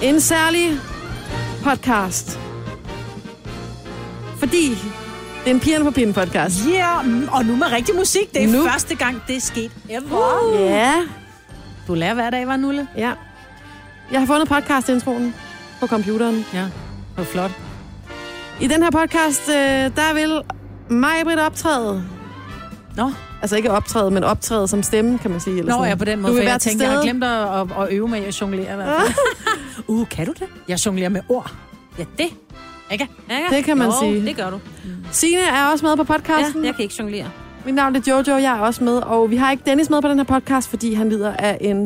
En særlig podcast. Fordi det er en Pigerne på Pinden podcast. Ja, og nu med rigtig musik. Det er første gang, det er sket ever. Ja. Du lærer hver dag, var Nulle? Ja. Jeg har fundet podcast-introen på computeren. Ja, det var flot. I den her podcast, der vil Maj-Britt optræde. Nå. Altså ikke optræde, men optræde som stemme, kan man sige. Eller Nå, ja, på den måde. Du vil jeg være til tænkte, jeg stede. har glemt at øve med at jonglere i hvert fald. Kan du det? Jeg jonglerer med ord. Ja, det. Ikke? Det kan man sige. Det gør du. Signe er også med på podcasten. Ja, jeg kan ikke jonglere. Mit navn er Jojo, jeg er også med. Og vi har ikke Dennis med på den her podcast, fordi han lider af en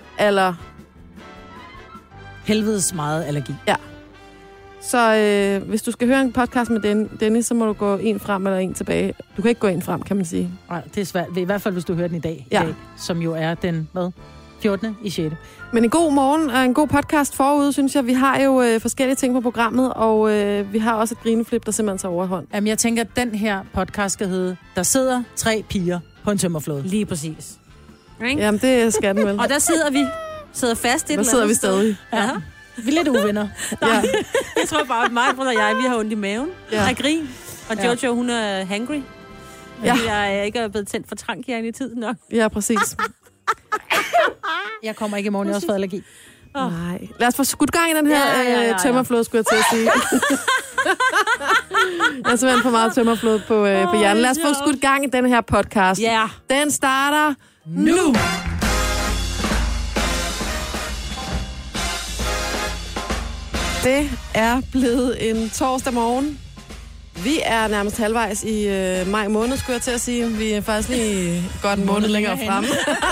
Helvedes meget allergi. Ja. Så hvis du skal høre en podcast med Dennis, så må du gå en frem eller en tilbage. Du kan ikke gå en frem, kan man sige. Nej, det er svært. I hvert fald, hvis du hører den i dag. Ja. I dag, som jo er den, 14. i 6. Men en god morgen og en god podcast forude, synes jeg. Vi har jo forskellige ting på programmet, og vi har også et grineflip, der simpelthen tager overhånd. Jamen, jeg tænker, at den her podcast skal hedde, der sidder 3 piger på en tømmerflåde. Lige præcis. Jamen, det skal den vel. Og der sidder vi. Sidder fast i et Der sidder vi stadig. Ja. Vi er lidt uvenner. Ja. Jeg tror bare, at mig og jeg, vi har ondt i maven. Ja. Af grin. Og Jojo, hun er hangry. Ja. Fordi jeg ikke er blevet tændt for trankjern i tid nok. Ja, præcis. Jeg kommer ikke i morgen, jeg har også fået allergi. Nej. Lad os få skudt gang i den her tømmerflåde, skulle jeg til at sige. Jeg har simpelthen for meget tømmerflåde på hjernen. Lad os få skudt gang i den her podcast. Ja. Den starter nu. Det er blevet en torsdag morgen. Vi er nærmest halvvejs i maj måned, skulle jeg til at sige. Vi er faktisk lige godt en måned længere fremme.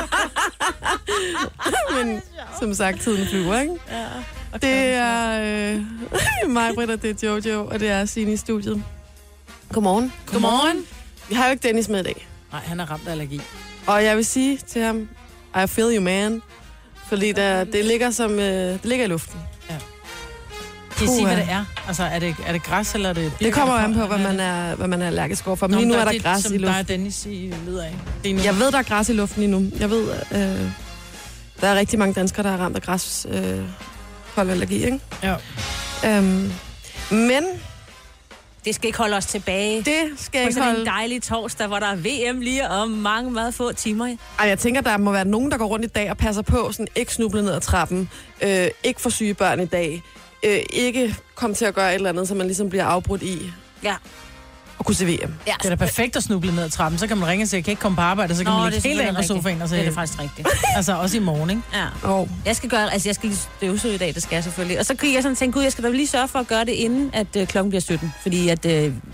Men som sagt, tiden flyver, ikke? Ja. Okay, det er mig, Britt, og det er Jojo, og det er Signe i studiet. Godmorgen. Godmorgen. Vi har jo ikke Dennis med i dag. Nej, han er ramt af allergi. Og jeg vil sige til ham, I feel you, man. Fordi det ligger i luften. Ja. Kan I sige, hvad det er? Altså, er det græs, eller er det... Det kommer an på, hvad man er allergisk overfor. Men lige nu er der græs i luften. Som dig og Dennis lider af. Jeg ved, der er græs i luften lige nu. Jeg ved, der er rigtig mange danskere, der er ramt af græs pollenallergi, ikke? Ja. Men... Det skal ikke holde os tilbage. Det skal på ikke sådan holde... en dejlig torsdag, hvor der er VM lige om meget få timer. Ej, jeg tænker, der må være nogen, der går rundt i dag og passer på, sådan ikke snuble ned ad trappen, ikke få syge børn i dag, ikke komme til at gøre et eller andet, så man ligesom bliver afbrudt i Ja. at kunne se VM. Ja. Det er da perfekt at snuble ned ad trappen. Så kan man ringe og sige, jeg kan ikke komme på arbejde, så kan man ligge helt af på sofaen og så... Det er det faktisk rigtigt. Altså også i morgen, ikke? Ja. Jeg skal lige støvsuge i dag, det skal jeg selvfølgelig. Og så kan jeg sådan tænke, gud, jeg skal da lige sørge for at gøre det, inden at klokken bliver 17. Fordi at,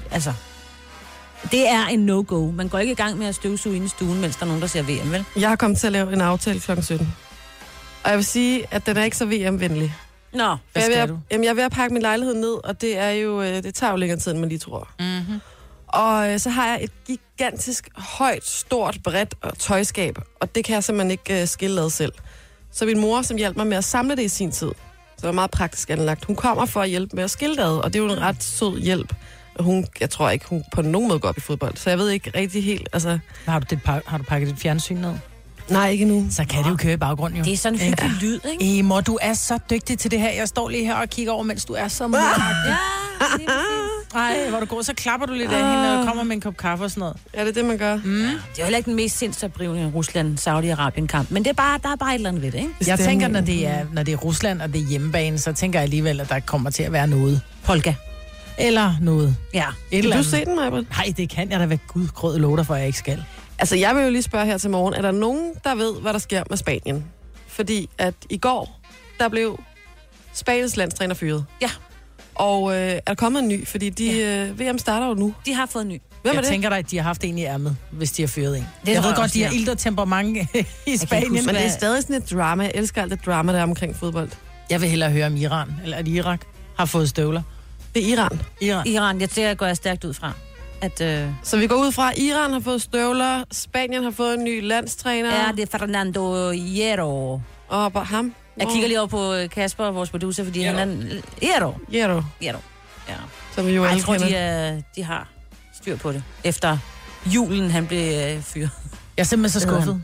det er en no-go. Man går ikke i gang med at støvsuge inde i stuen, mens der er nogen, der ser VM, vel? Jeg har kommet til at lave en aftale kl. 17. Og jeg vil sige, at den er ikke så VM-venlig. Nå, hvad skal du? Jamen, jeg er ved at pakke min lejlighed ned, og det er jo, det tager jo længere tid, end man lige tror. Mm-hmm. Og så har jeg et gigantisk, højt, stort, bredt tøjskab, og det kan jeg simpelthen ikke skille ad selv. Så min mor, som hjalp mig med at samle det i sin tid, så det var meget praktisk anlagt, hun kommer for at hjælpe med at skille det ad, og det er jo en ret sød hjælp. Jeg tror ikke, hun på nogen måde går op i fodbold, så jeg ved ikke rigtig helt, altså... Har du pakket dit fjernsyn ned? Nej, ikke endnu. Så kan det jo køre i baggrunden, jo. det er sådan en hyggelig lyd, ikke? Mor, du er så dygtig til det her. Jeg står lige her og kigger over, mens du er så meget. Ja, det er Ej, hvor du går, så klapper du lidt af hende, og kommer med en kop kaffe og sådan noget. Ja, det er det, man gør. Det er jo heller ikke den mest sindsoprivende Rusland-Saudi-Arabien-kamp, men det er bare et eller andet ved det, ikke? Jeg tænker, når det er Rusland, og det er hjemmebane, så tænker jeg alligevel, at der kommer til at være noget. Polka. Eller noget. Ja. Kan du se den, Maj-Britt? Nej, det kan jeg da være gudgrød lov dig for, at jeg ikke skal. Altså, jeg vil jo lige spørge her til morgen, er der nogen, der ved, hvad der sker med Spanien? Fordi at i går, der blev Spaniens landstræner fyret. Ja. Og er der kommet en ny? Fordi VM starter jo nu. De har fået en ny. Hvem er Jeg det? tænker dig, at de har haft en i ærmet, hvis de har fyret en. Det Jeg tror ved jeg godt, også, de har ja. ilter temperament i Spanien. Men det er stadig sådan et drama. Jeg elsker alt det drama, der er omkring fodbold. Jeg vil hellere høre om Iran, eller at Irak har fået støvler. Det er Iran. Iran, det går jeg stærkt ud fra. Så vi går ud fra, at Iran har fået støvler, Spanien har fået en ny landstræner. Ja, det er Fernando Hierro. Og bare ham. Jeg kigger lige over på Kasper, vores producer, fordi han er... Hierro. Hierro. Ja. Som vi jo Jeg alle tror, kender. de har styr på det. Efter julen, han blev fyret. Jeg er simpelthen så skuffet.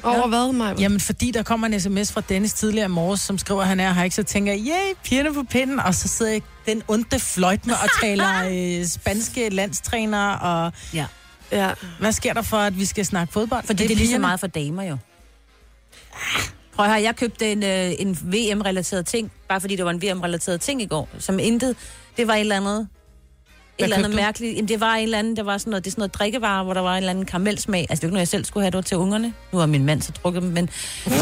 Over hvad, Maja? Jamen, fordi der kommer en sms fra Dennis tidligere i morges, som skriver, at han er her ikke, så tænker jeg, pigerne på pinden, og så sidder jeg den onde fløjtende og taler spanske landstræner, og Ja. hvad sker der for, at vi skal snakke fodbold? Fordi det er lige så meget for damer jo. Prøv at høre, jeg købte en VM-relateret ting, bare fordi det var en VM-relateret ting i går, som intet, det var et eller andet mærkeligt. Jamen, det var en eller anden, det var sådan noget, det er sådan noget drikkevarer, hvor der var en eller anden karamelsmag. Altså, det var ikke noget, jeg selv skulle have, det var til ungerne. Nu har min mand så drukket dem, men... men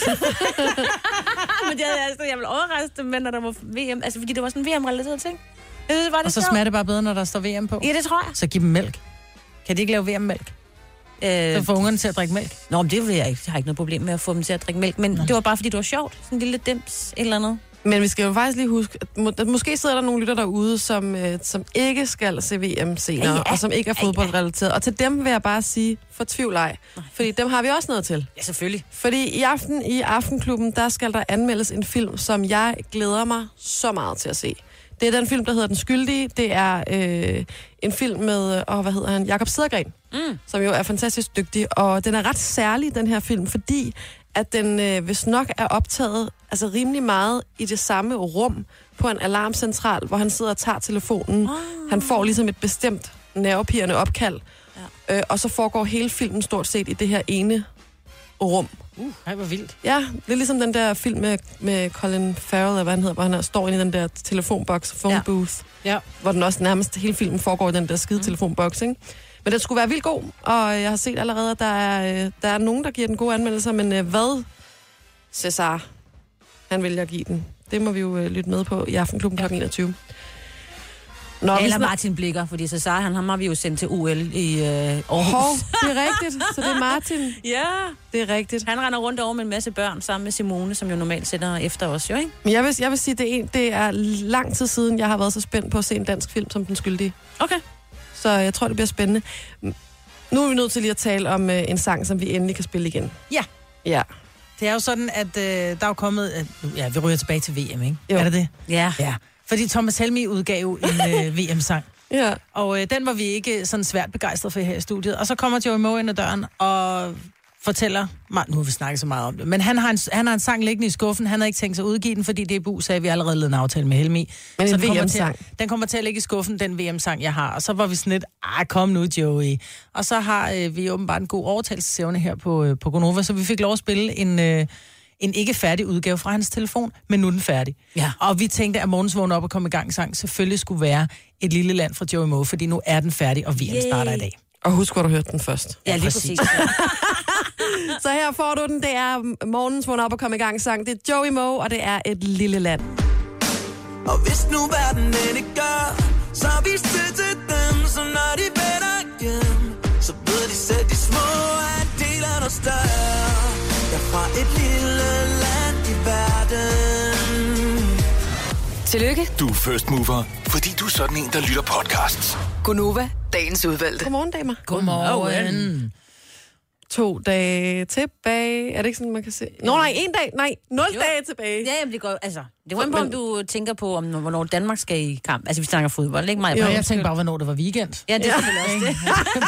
jeg vil overraske dem, når der var VM. Altså, fordi det var sådan en VM-relateret ting. Jeg synes, det var det og så smager det bare bedre, når der står VM på. Ja, det tror jeg. Så giv dem mælk. Kan de ikke lave VM-mælk? Så får ungerne til at drikke mælk? Nå, men det vil jeg ikke. Jeg har ikke noget problem med at få dem til at drikke mælk. Men det var bare, fordi det var sjovt. Sådan en lille dims, et eller andet. Men vi skal jo faktisk lige huske, at måske sidder der nogle lytter derude, som ikke skal se VM senere, og som ikke er fodboldrelateret. Og til dem vil jeg bare sige, fortvivl ej. Fordi dem har vi også noget til. Ja, selvfølgelig. Fordi i aften i Aftenklubben, der skal der anmeldes en film, som jeg glæder mig så meget til at se. Det er den film, der hedder Den Skyldige. Det er en film med, Jakob Cedergren, som jo er fantastisk dygtig. Og den er ret særlig, den her film, fordi at den hvis nok er optaget altså rimelig meget i det samme rum på en alarmcentral, hvor han sidder og tager telefonen. Han får ligesom et bestemt nervepirrende opkald, og så foregår hele filmen stort set i det her ene rum. Ej, hvor vildt. Ja, det er ligesom den der film med Colin Farrell, eller hvad han hedder, hvor han står inde i den der telefonboks, phone booth, hvor den også nærmest hele filmen foregår i den der skide telefonboks, ikke? Men den skulle være vildt god, og jeg har set allerede, at der er nogen, der giver den gode anmeldelser, men hvad Cesar, han vælger at give den? Det må vi jo lytte med på i Aftenklubben kl. 21. Nå, eller Martin Blikker, fordi Cesar, ham har vi jo sendt til OL i Aarhus. Det er rigtigt, så det er Martin. Ja. Det er rigtigt. Han render rundt over med en masse børn sammen med Simone, som jo normalt sender efter os, jo, ikke? Men jeg vil sige, det er lang tid siden, jeg har været så spændt på at se en dansk film som Den Skyldige. Okay. Så jeg tror, det bliver spændende. Nu er vi nødt til lige at tale om en sang, som vi endelig kan spille igen. Ja. Ja. Det er jo sådan, at der er jo kommet... vi ryger tilbage til VM, ikke? Jo. Er det det? Ja. Fordi Thomas Helmig udgav en VM-sang. Ja. Og den var vi ikke sådan svært begejstret for her i studiet. Og så kommer Joey Moe ind ad døren og fortæller mig... Nu har vi snakket så meget om det. Men han har en sang liggende i skuffen. Han havde ikke tænkt sig at udgive den, fordi DBU sagde, at vi allerede lavede en aftale med Helmig. Men så en VM-sang. Den kommer til at ligge i skuffen, den VM-sang, jeg har. Og så var vi sådan lidt, kom nu, Joey. Og så har vi åbenbart en god overtagelsesevne her på Gonova, så vi fik lov at spille en ikke færdig udgave fra hans telefon, men nu er den færdig. Ja. Og vi tænkte, at morgens vågne op og komme i gang sang selvfølgelig skulle være Et lille land fra Joey Moe, fordi nu er den færdig, og VM starter i dag. Og husk, hvor du hørte den først. Ja, lige præcis. Så her får du den. Det er morgens vågne op og komme i gang sang. Det er Joey Moe, og det er Et lille land. Og hvis nu verden den ikke gør, så vis det til dem, så når de vender hjem, så ved de selv, de små er en del af noget større. Jeg er fra et lille land i verden. Tillykke. Du er first mover, fordi du er sådan en, der lytter podcasts. Gonova, dagens udvalgte. Godmorgen, damer. Godmorgen. 2 dage tilbage. Er det ikke sådan, man kan se? Nå, nej, 1 dag. Nej, 0 dage tilbage. Ja, jamen, det går, altså, det var om du tænker på, hvornår Danmark skal i kamp. Altså, vi snakker fodbold, ikke mig? Jo, jeg tænker bare, hvornår det var weekend. Ja, det er selvfølgelig også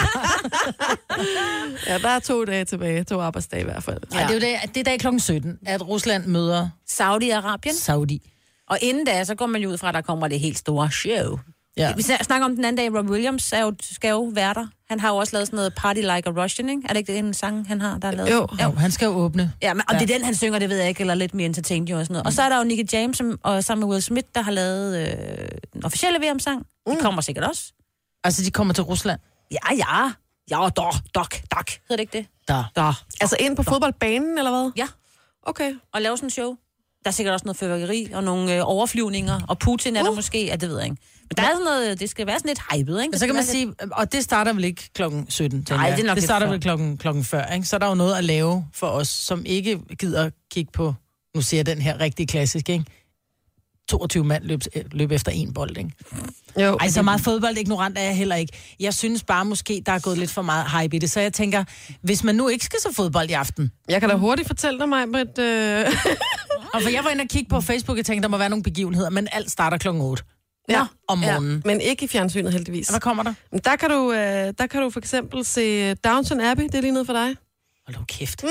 det. Ja, der er 2 dage tilbage. 2 arbejdsdage i hvert fald. Ja. Ej, det er dag klokken 17, at Rusland møder Saudi-Arabien. Saudi. Og inden da, så går man jo ud fra, at der kommer det helt store show. Ja. Vi snakker om den anden dag, Rob Williams skal jo være der. Han har jo også lavet sådan noget Party Like a Russian, ikke? Er det ikke en sang, han har, der er lavet? Jo, han skal jo åbne. Ja, men om det er den, han synger, det ved jeg ikke, eller lidt mere entertained og sådan noget. Og så er der jo Nicky James, og sammen med Will Smith, der har lavet en officielle VM-sang. De kommer sikkert også. Altså, de kommer til Rusland? Ja, dok. Hedder det ikke det? Da. Altså ind på fodboldbanen, eller hvad? Ja. Okay. Og lave sådan en show. Der er sikkert også noget fyrværkeri og nogle overflyvninger, og Putin er der måske, ja, det ved jeg ikke. Men der er sådan noget, det skal være sådan lidt hypet, ikke? Så kan man sige, og det starter vel ikke klokken 17, Nej, det er nok det starter vel klokken før, ikke? Så er der jo noget at lave for os, som ikke gider kigge på, nu siger jeg den her rigtig klassisk, ikke? 22 mand løb efter en bold, ikke? Jo. Ej, så meget fodbold ignorant er jeg heller ikke. Jeg synes bare måske, der er gået lidt for meget hype i det, så jeg tænker, hvis man nu ikke skal se fodbold i aften. Jeg kan da hurtigt fortælle dig, mig, Britt. Og for jeg var inde og kigge på Facebook, og tænkte, der må være nogle begivenheder, men alt starter klokken 8. Ja, om morgenen. Ja, men ikke i fjernsynet, heldigvis. Hvad kommer der? Der kan du for eksempel se Downton Abbey, det er lige noget for dig. Hold nu kæft.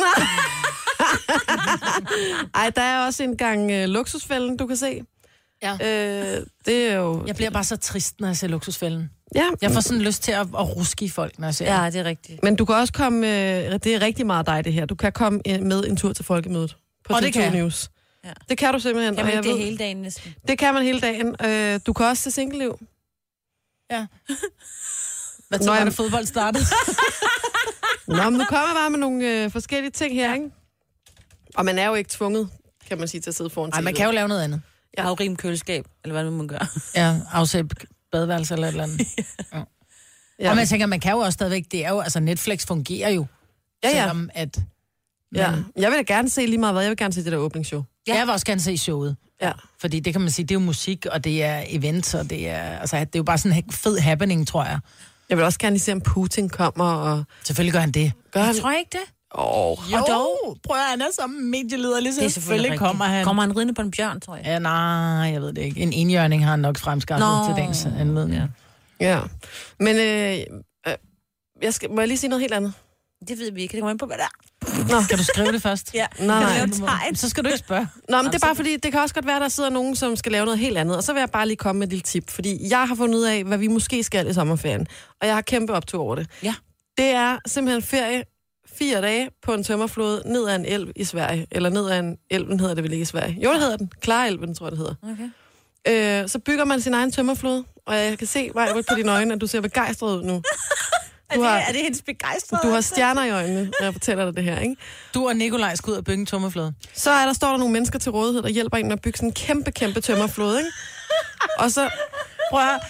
Ej, der er også en gang Luksusfælden, du kan se. Ja. Det er jo... Jeg bliver bare så trist, når jeg ser Luksusfælden. Ja. Jeg får sådan lyst til at ruske i folk, når jeg ser Ja, det er rigtigt. Men du kan også komme... det er rigtig meget dig, det her. Du kan komme med en tur til Folkemødet på Og det kan TV2 jeg. News. Ja. Det kan du simpelthen. Kan og man jeg ikke det ved- hele dagen næsten? Det kan man hele dagen. Du kan også se single-liv. Ja. Hvad Nå, så var jamen- det fodbold startede? Nå, men nu kommer jeg bare med nogle forskellige ting her, ikke? Og man er jo ikke tvunget, kan man sige, til at sidde foran Nej, man kan jo lave noget andet. Jeg har jo rim køleskab, eller hvad nu man gør. Ja, afsæt badeværelse eller et eller andet. Ja. Og man tænker, man kan jo også stadigvæk, det er jo, altså Netflix fungerer jo. Ja, ja. Selvom at... Ja. Jeg vil da gerne se lige meget hvad. Jeg vil gerne se det der åbningsshow. Ja. Jeg vil også gerne se showet. Ja. Fordi det kan man sige, det er jo musik, og det er events, og det er, altså, det er jo bare sådan en fed happening, tror jeg. Jeg vil også gerne lige se, om Putin kommer og... Selvfølgelig gør han det. Gør han? Jeg tror ikke det. Og dog, prøv at han er som medieleder, lige så selvfølgelig kommer han. Kommer han ridende på en bjørn, tror jeg. Ja, nej, jeg ved det ikke. En enhjørning har han nok fremskaffet til dagens anledning. Ja. Ja. Men må jeg lige sige noget helt andet? Det ved vi ikke. Det kommer ind på, hvad der er. Nå. Kan du skrive det først? Ja. Nej. Kan du lave tegn? Så skal du ikke spørge. Nå, men det er bare fordi, det kan også godt være, der sidder nogen, som skal lave noget helt andet. Og så vil jeg bare lige komme med et lille tip, fordi jeg har fundet ud af, hvad vi måske skal i sommerferien. Og jeg har kæmpe optur over det. Ja. Det er simpelthen ferie 4 dage på en tømmerflod ned ad en elv i Sverige. Eller ned ad en elv, den hedder det vel ikke i Sverige. Jo, det hedder den. Klarelven, tror jeg, det hedder. Okay. Så bygger man sin egen tømmerflod, og jeg kan se på dine øjne, at du ser begejstret ud nu. Er det hendes begejstrede? Du har stjerner i øjnene, når jeg fortæller dig det her, ikke? Du og Nikolaj skal ud og bygge en tømmerflade. Så står der nogle mennesker til rådighed, der hjælper en med at bygge sådan en kæmpe, kæmpe tømmerflod, ikke? Og så... Prøv at...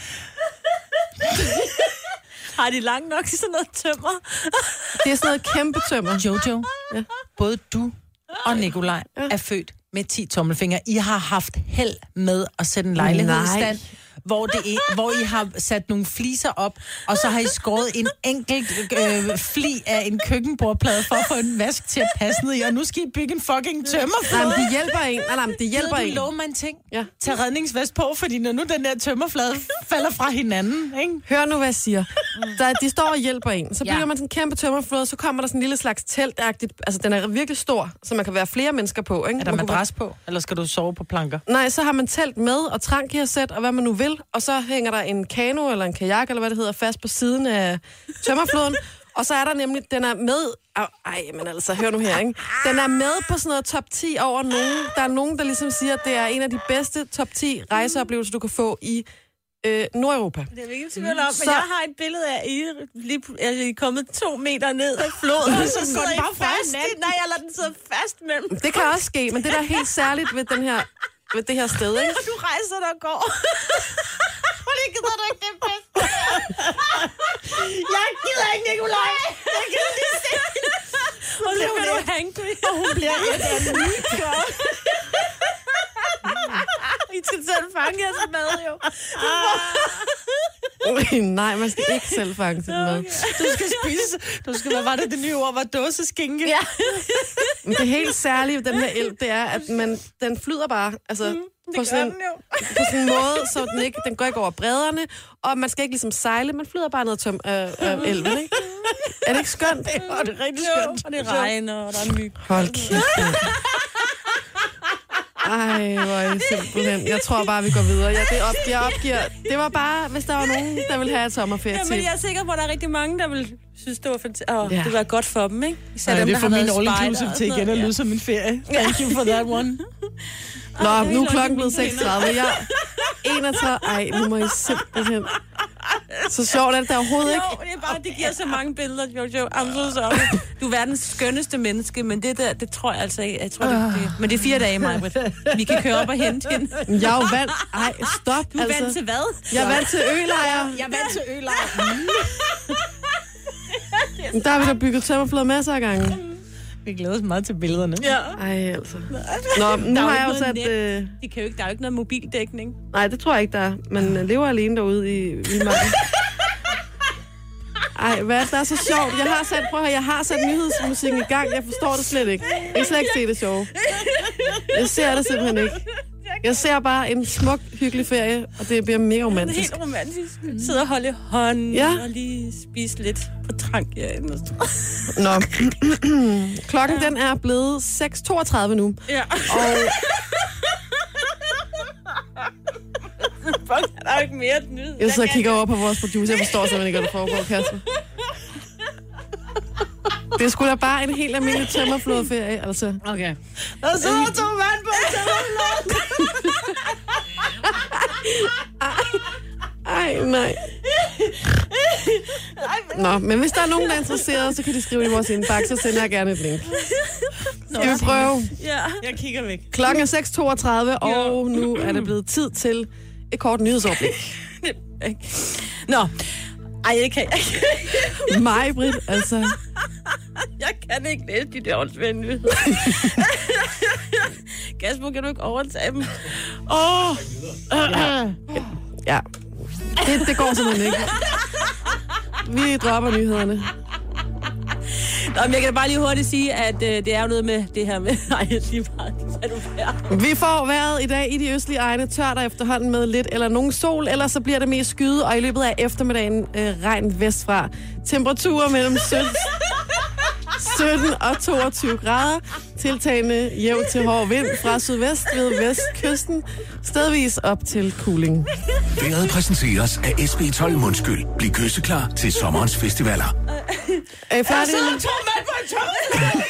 Har de langt nok til sådan noget tømmer? Det er sådan noget kæmpe tømmer. Jojo, ja. Både du og Nikolaj er født med 10 tommelfingre. I har haft held med at sætte en lejlighed i stand, hvor I har sat nogle fliser op, og så har I skåret en enkelt fli af en køkkenbordplade for at få en vask til at passe ned i, og nu skal I bygge en fucking tømmerflade. Nej, men det hjælper en. Nej, men det hjælper Du en. lover mig en ting. Ja. Tag redningsvest på, fordi når nu den der tømmerflade falder fra hinanden, ikke? Hør nu, hvad jeg siger. De står og hjælper en. Så bygger man sådan en kæmpe tømmerflod, så kommer der sådan en lille slags teltagtigt. Altså, den er virkelig stor, så man kan være flere mennesker på, ikke? Er der madras på, eller skal du sove på planker? Nej, så har man telt med, og trankhærsæt, og hvad man nu vil. Og så hænger der en kano eller en kajak, eller hvad det hedder, fast på siden af tømmerfloden. Og så er der nemlig, den er med... men altså, hør nu her, ikke? Den er med på sådan noget top 10 over nogen. Der er nogen, der ligesom siger, at det er en af de bedste top 10 rejseoplevelser, du kan få i Nordeuropa. Det er vi ikke i tvivl om, men Så- jeg har et billede af, I er kommet 2 meter ned af floden, og så sidder I bare fra fast. Nej, jeg lader den sidde fast mellem. Det kan også ske, men det der er helt særligt ved det her sted, ikke? Og du rejser dig og går. Og det gider du ikke, det er bedst. Jeg gider ikke, Nikolaj. Jeg gider lige se. Og så bliver du hangry. Og hun bliver et af en ny gør. I skal selv fange jeres mad, jo. Nej, man skal ikke selv fange sin mad. Du skal spise. Du skal, hvad var det nye ord? Var dåseskinke? Ja. Men det helt særlige ved den her elv, det er, at den flyder bare. Altså, på sådan en måde, så den går ikke over bredderne, og man skal ikke ligesom sejle, man flyder bare ned af elven, ikke? Er det ikke skønt? Det er rigtig skønt. Og det regner, og der er myg. Hold kæft. Ej, hvor er det simpelthen. Jeg tror bare, vi går videre. Jeg opgiver. Det var bare, hvis der var nogen, der ville have et sommerferie Ja, til. men jeg er sikker på, at der er rigtig mange, der vil synes, det var fantastisk. Ja. Det var godt for dem, ikke? Især Ja, dem, det der får har min været all-inclusive spejder og til sådan igen at noget. lyde som en ferie. Thank you for that one. Nå, nu er klokken blevet 36. Jeg 31. Ej, nu må I simpelthen... Så sjovt er det der overhovedet ikke. Jo, det er bare, det giver så mange billeder, Jojo. I'm so sorry. Du er verdens skønneste menneske, men det der, det tror jeg altså ikke. Jeg tror, det. Men det er 4 dage, Maj-Brit. Vi kan køre op og hente hende. Jeg er jo vant... Ej, stop. Du er vant til hvad? Jeg er vant til ølejre. Jeg er vant til ølejr. Der har vi da bygget tømmerflod masser af gange. Vi glæder os meget til billederne. Ja. Ej, altså. Nå, nu har jeg jo sat... De kan jo ikke, der er jo ikke noget mobildækning. Nej, det tror jeg ikke, der er. Man lever alene derude i Vildmarken. Ej, hvad er det, der er så sjovt? Jeg har sat nyhedsmusikken i gang. Jeg forstår det slet ikke. Jeg kan slet ikke se det sjove. Jeg ser det simpelthen ikke. Jeg Jeg ser bare en smuk, hyggelig ferie, og det bliver mega romantisk. Helt romantisk. Sidde og holde hånden Ja. og lige spise lidt på trank herinde. Nå. Klokken den er blevet 6:32 nu. Ja. Og Fuck, der er jo ikke mere at nyde. jeg sidder og kigger over på vores producer. Jeg forstår simpelthen ikke, hvad der foregår, Kasper. Det er sgu da bare en helt almindelig tømmerflådeferie, altså. Okay. Og så er to vand på tømmerflåden. Ej, nej. Nå, men hvis der er nogen, der er interesseret, så kan de skrive i vores indbakke, så sender jeg gerne et link. Skal vi prøve? Ja. Jeg kigger væk. Klokken er 6:32, og nu er det blevet tid til et kort nyhedsoverblik. Nå. Ej, jeg kan ikke. Mig, Britt, altså. Jeg kan ikke læse de der åndsvære nyheder. Kasper, kan du ikke overtage dem? Ja. Det går simpelthen ikke. Vi dropper nyhederne. Nå, men jeg kan da bare lige hurtigt sige, at det er jo noget med det her med... Nej, jeg siger bare, er du færdig? Vi får vejret i dag i de østlige egne tørt og efterhånden med lidt eller nogen sol, ellers så bliver det mest skyde, og i løbet af eftermiddagen regn vestfra. Temperaturer mellem 17 og 22 grader. Tiltagende jævn til hård vind fra sydvest ved vestkysten. Stedvis op til Kuling. Vejret præsenteres af SB12 Mundskyld. Bliv kysseklar til sommerens festivaler. Er I færdige? To vand på en tømmerflåde.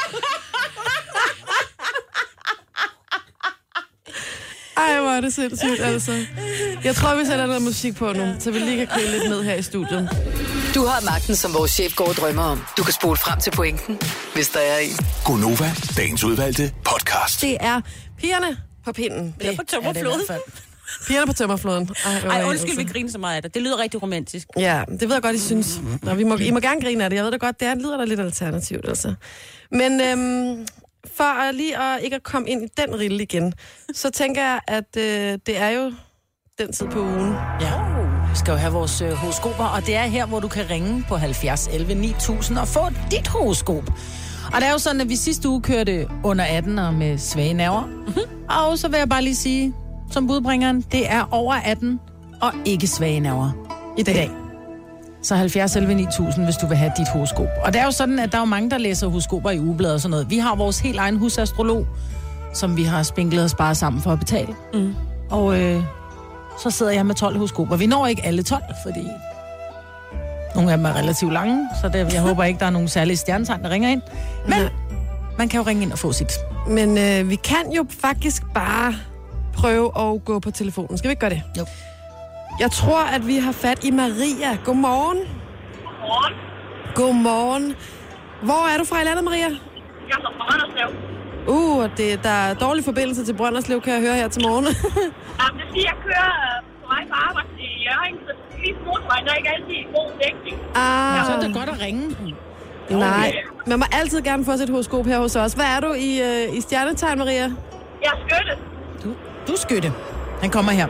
Ej, hvor er det sindssygt, altså. Jeg tror, vi sætter noget musik på nu, så vi lige kan køre lidt ned her i studiet. Du har magten, som vores chef går og drømmer om. Du kan spole frem til pointen, hvis der er en. Gonova, dagens udvalgte podcast. Det er pigerne på pinden. Det er på tømmerflåden. Pigerne på tømmerflåden. Ej, undskyld, vi griner så meget af det. Det lyder rigtig romantisk. Ja, det ved jeg godt, I synes. Nå, I må gerne grine af det. Jeg ved det godt, det lyder da lidt alternativt, altså. Men for lige ikke at komme ind i den rille igen, så tænker jeg, at det er jo den tid på ugen. Ja, vi skal jo have vores horoskoper, og det er her, hvor du kan ringe på 70 11 9000 og få dit horoskop. Og det er jo sådan, at vi sidste uge kørte under 18 og med svage nerver. Mm-hmm. Og så vil jeg bare lige sige, som budbringeren, det er over 18 og ikke svage nerver i dag. Så 70 11 9000, hvis du vil have dit horoskop. Og det er jo sådan, at der er jo mange, der læser horoskoper i ugebladet og sådan noget. Vi har vores helt egen husastrolog, som vi har spinklet og sparet sammen for at betale. Mm. Og så sidder jeg med 12 horoskoper. Vi når ikke alle 12, fordi nogle af dem er relativt lange, så jeg håber ikke, der er nogen særlige stjernetegn, der ringer ind. Men man kan jo ringe ind og få sit. Men vi kan jo faktisk bare prøve at gå på telefonen. Skal vi ikke gøre det? Jo. Jeg tror, at vi har fat i Maria. Godmorgen. Godmorgen. Godmorgen. Hvor er du fra i landet, Maria? Jeg er fra Brønderslev. Der er dårlig forbindelse til Brønderslev, kan jeg høre her til morgen. Jamen, det siger, jeg kører på vej på arbejde i Hjørring, så lige på motorvejen, der er ikke altid god dækning. Så er det godt at ringe. Nej, man må altid gerne få sit horoskop her hos os. Hvad er du i stjernetegn, Maria? Jeg er skytte. Du er skytte. Han kommer her.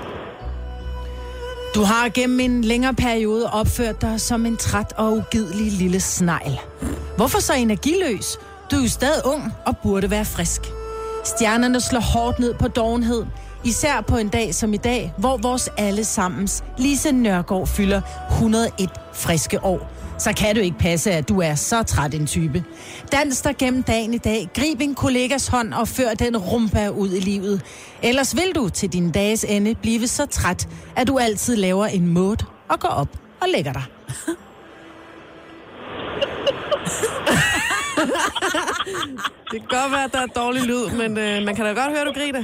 Du har gennem en længere periode opført dig som en træt og ugidelig lille snegl. Hvorfor så energiløs? Du er jo stadig ung og burde være frisk. Stjernerne slår hårdt ned på dovenhed, især på en dag som i dag, hvor vores allesammens Lise Nørgaard fylder 101 friske år. Så kan du ikke passe, at du er så træt en type. Dans dig gennem dagen i dag, grib en kollegas hånd og før den rumba ud i livet. Ellers vil du til din dages ende blive så træt, at du altid laver en måde og går op og lægger dig. Det kan godt være, at der er dårlig lyd, men man kan da godt høre, at du griner.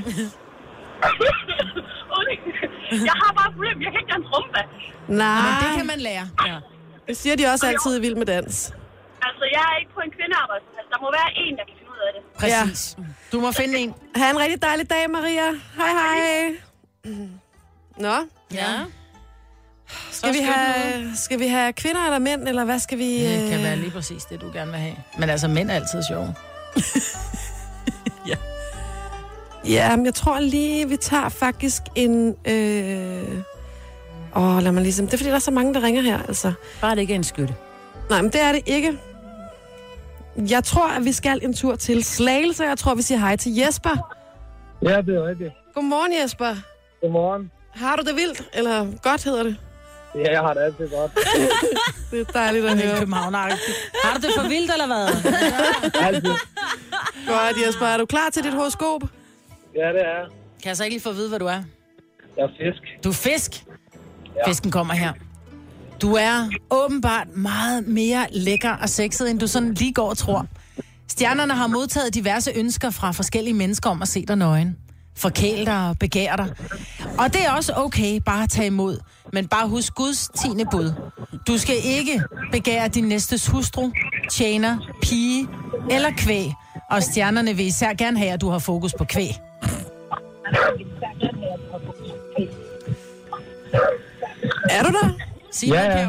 Jeg har bare et problem. Jeg kan ikke danse rumba. Nej, Men det kan man lære. Ja. det siger de også altid i Vild med Dans. Altså, jeg er ikke på en kvindearbejdsplads. Der må være en, der kan finde ud af det. Præcis. Ja. Du må finde en. Ha' en rigtig dejlig dag, Maria. Hej, hej. Nå, Ja. skal vi have kvinder eller mænd, eller hvad skal vi... Det kan være lige præcis det, du gerne vil have. Men altså, mænd er altid sjove. Ja, men jeg tror lige, vi tager faktisk en... lad mig ligesom... Det er fordi, der er så mange, der ringer her, altså. Bare det ikke er en skytte. Nej, men det er det ikke. Jeg tror, at vi skal en tur til Slagelse. Jeg tror, vi siger hej til Jesper. Ja, det er rigtigt. Godmorgen, Jesper. Godmorgen. Har du det vildt, eller godt hedder det? Ja, jeg har det altid godt. Det er dejligt at høre. Har du det for vildt, eller hvad? Altid. Godt, Jesper. Er du klar til dit horoskop? Ja, det er. Kan jeg så ikke lige få at vide, hvad du er? Jeg er fisk. Du er fisk? Ja. Fisken kommer her. Du er åbenbart meget mere lækker og sexet, end du sådan lige går og tror. Stjernerne har modtaget diverse ønsker fra forskellige mennesker om at se dig nøgen. Forkæle dig og begære dig. Og det er også okay bare at tage imod. Men bare husk Guds 10. bud. Du skal ikke begære din næstes hustru, tjener, pige eller kvæg. Og stjernerne vil især gerne have, at du har fokus på kvæg. Er du der? Ja.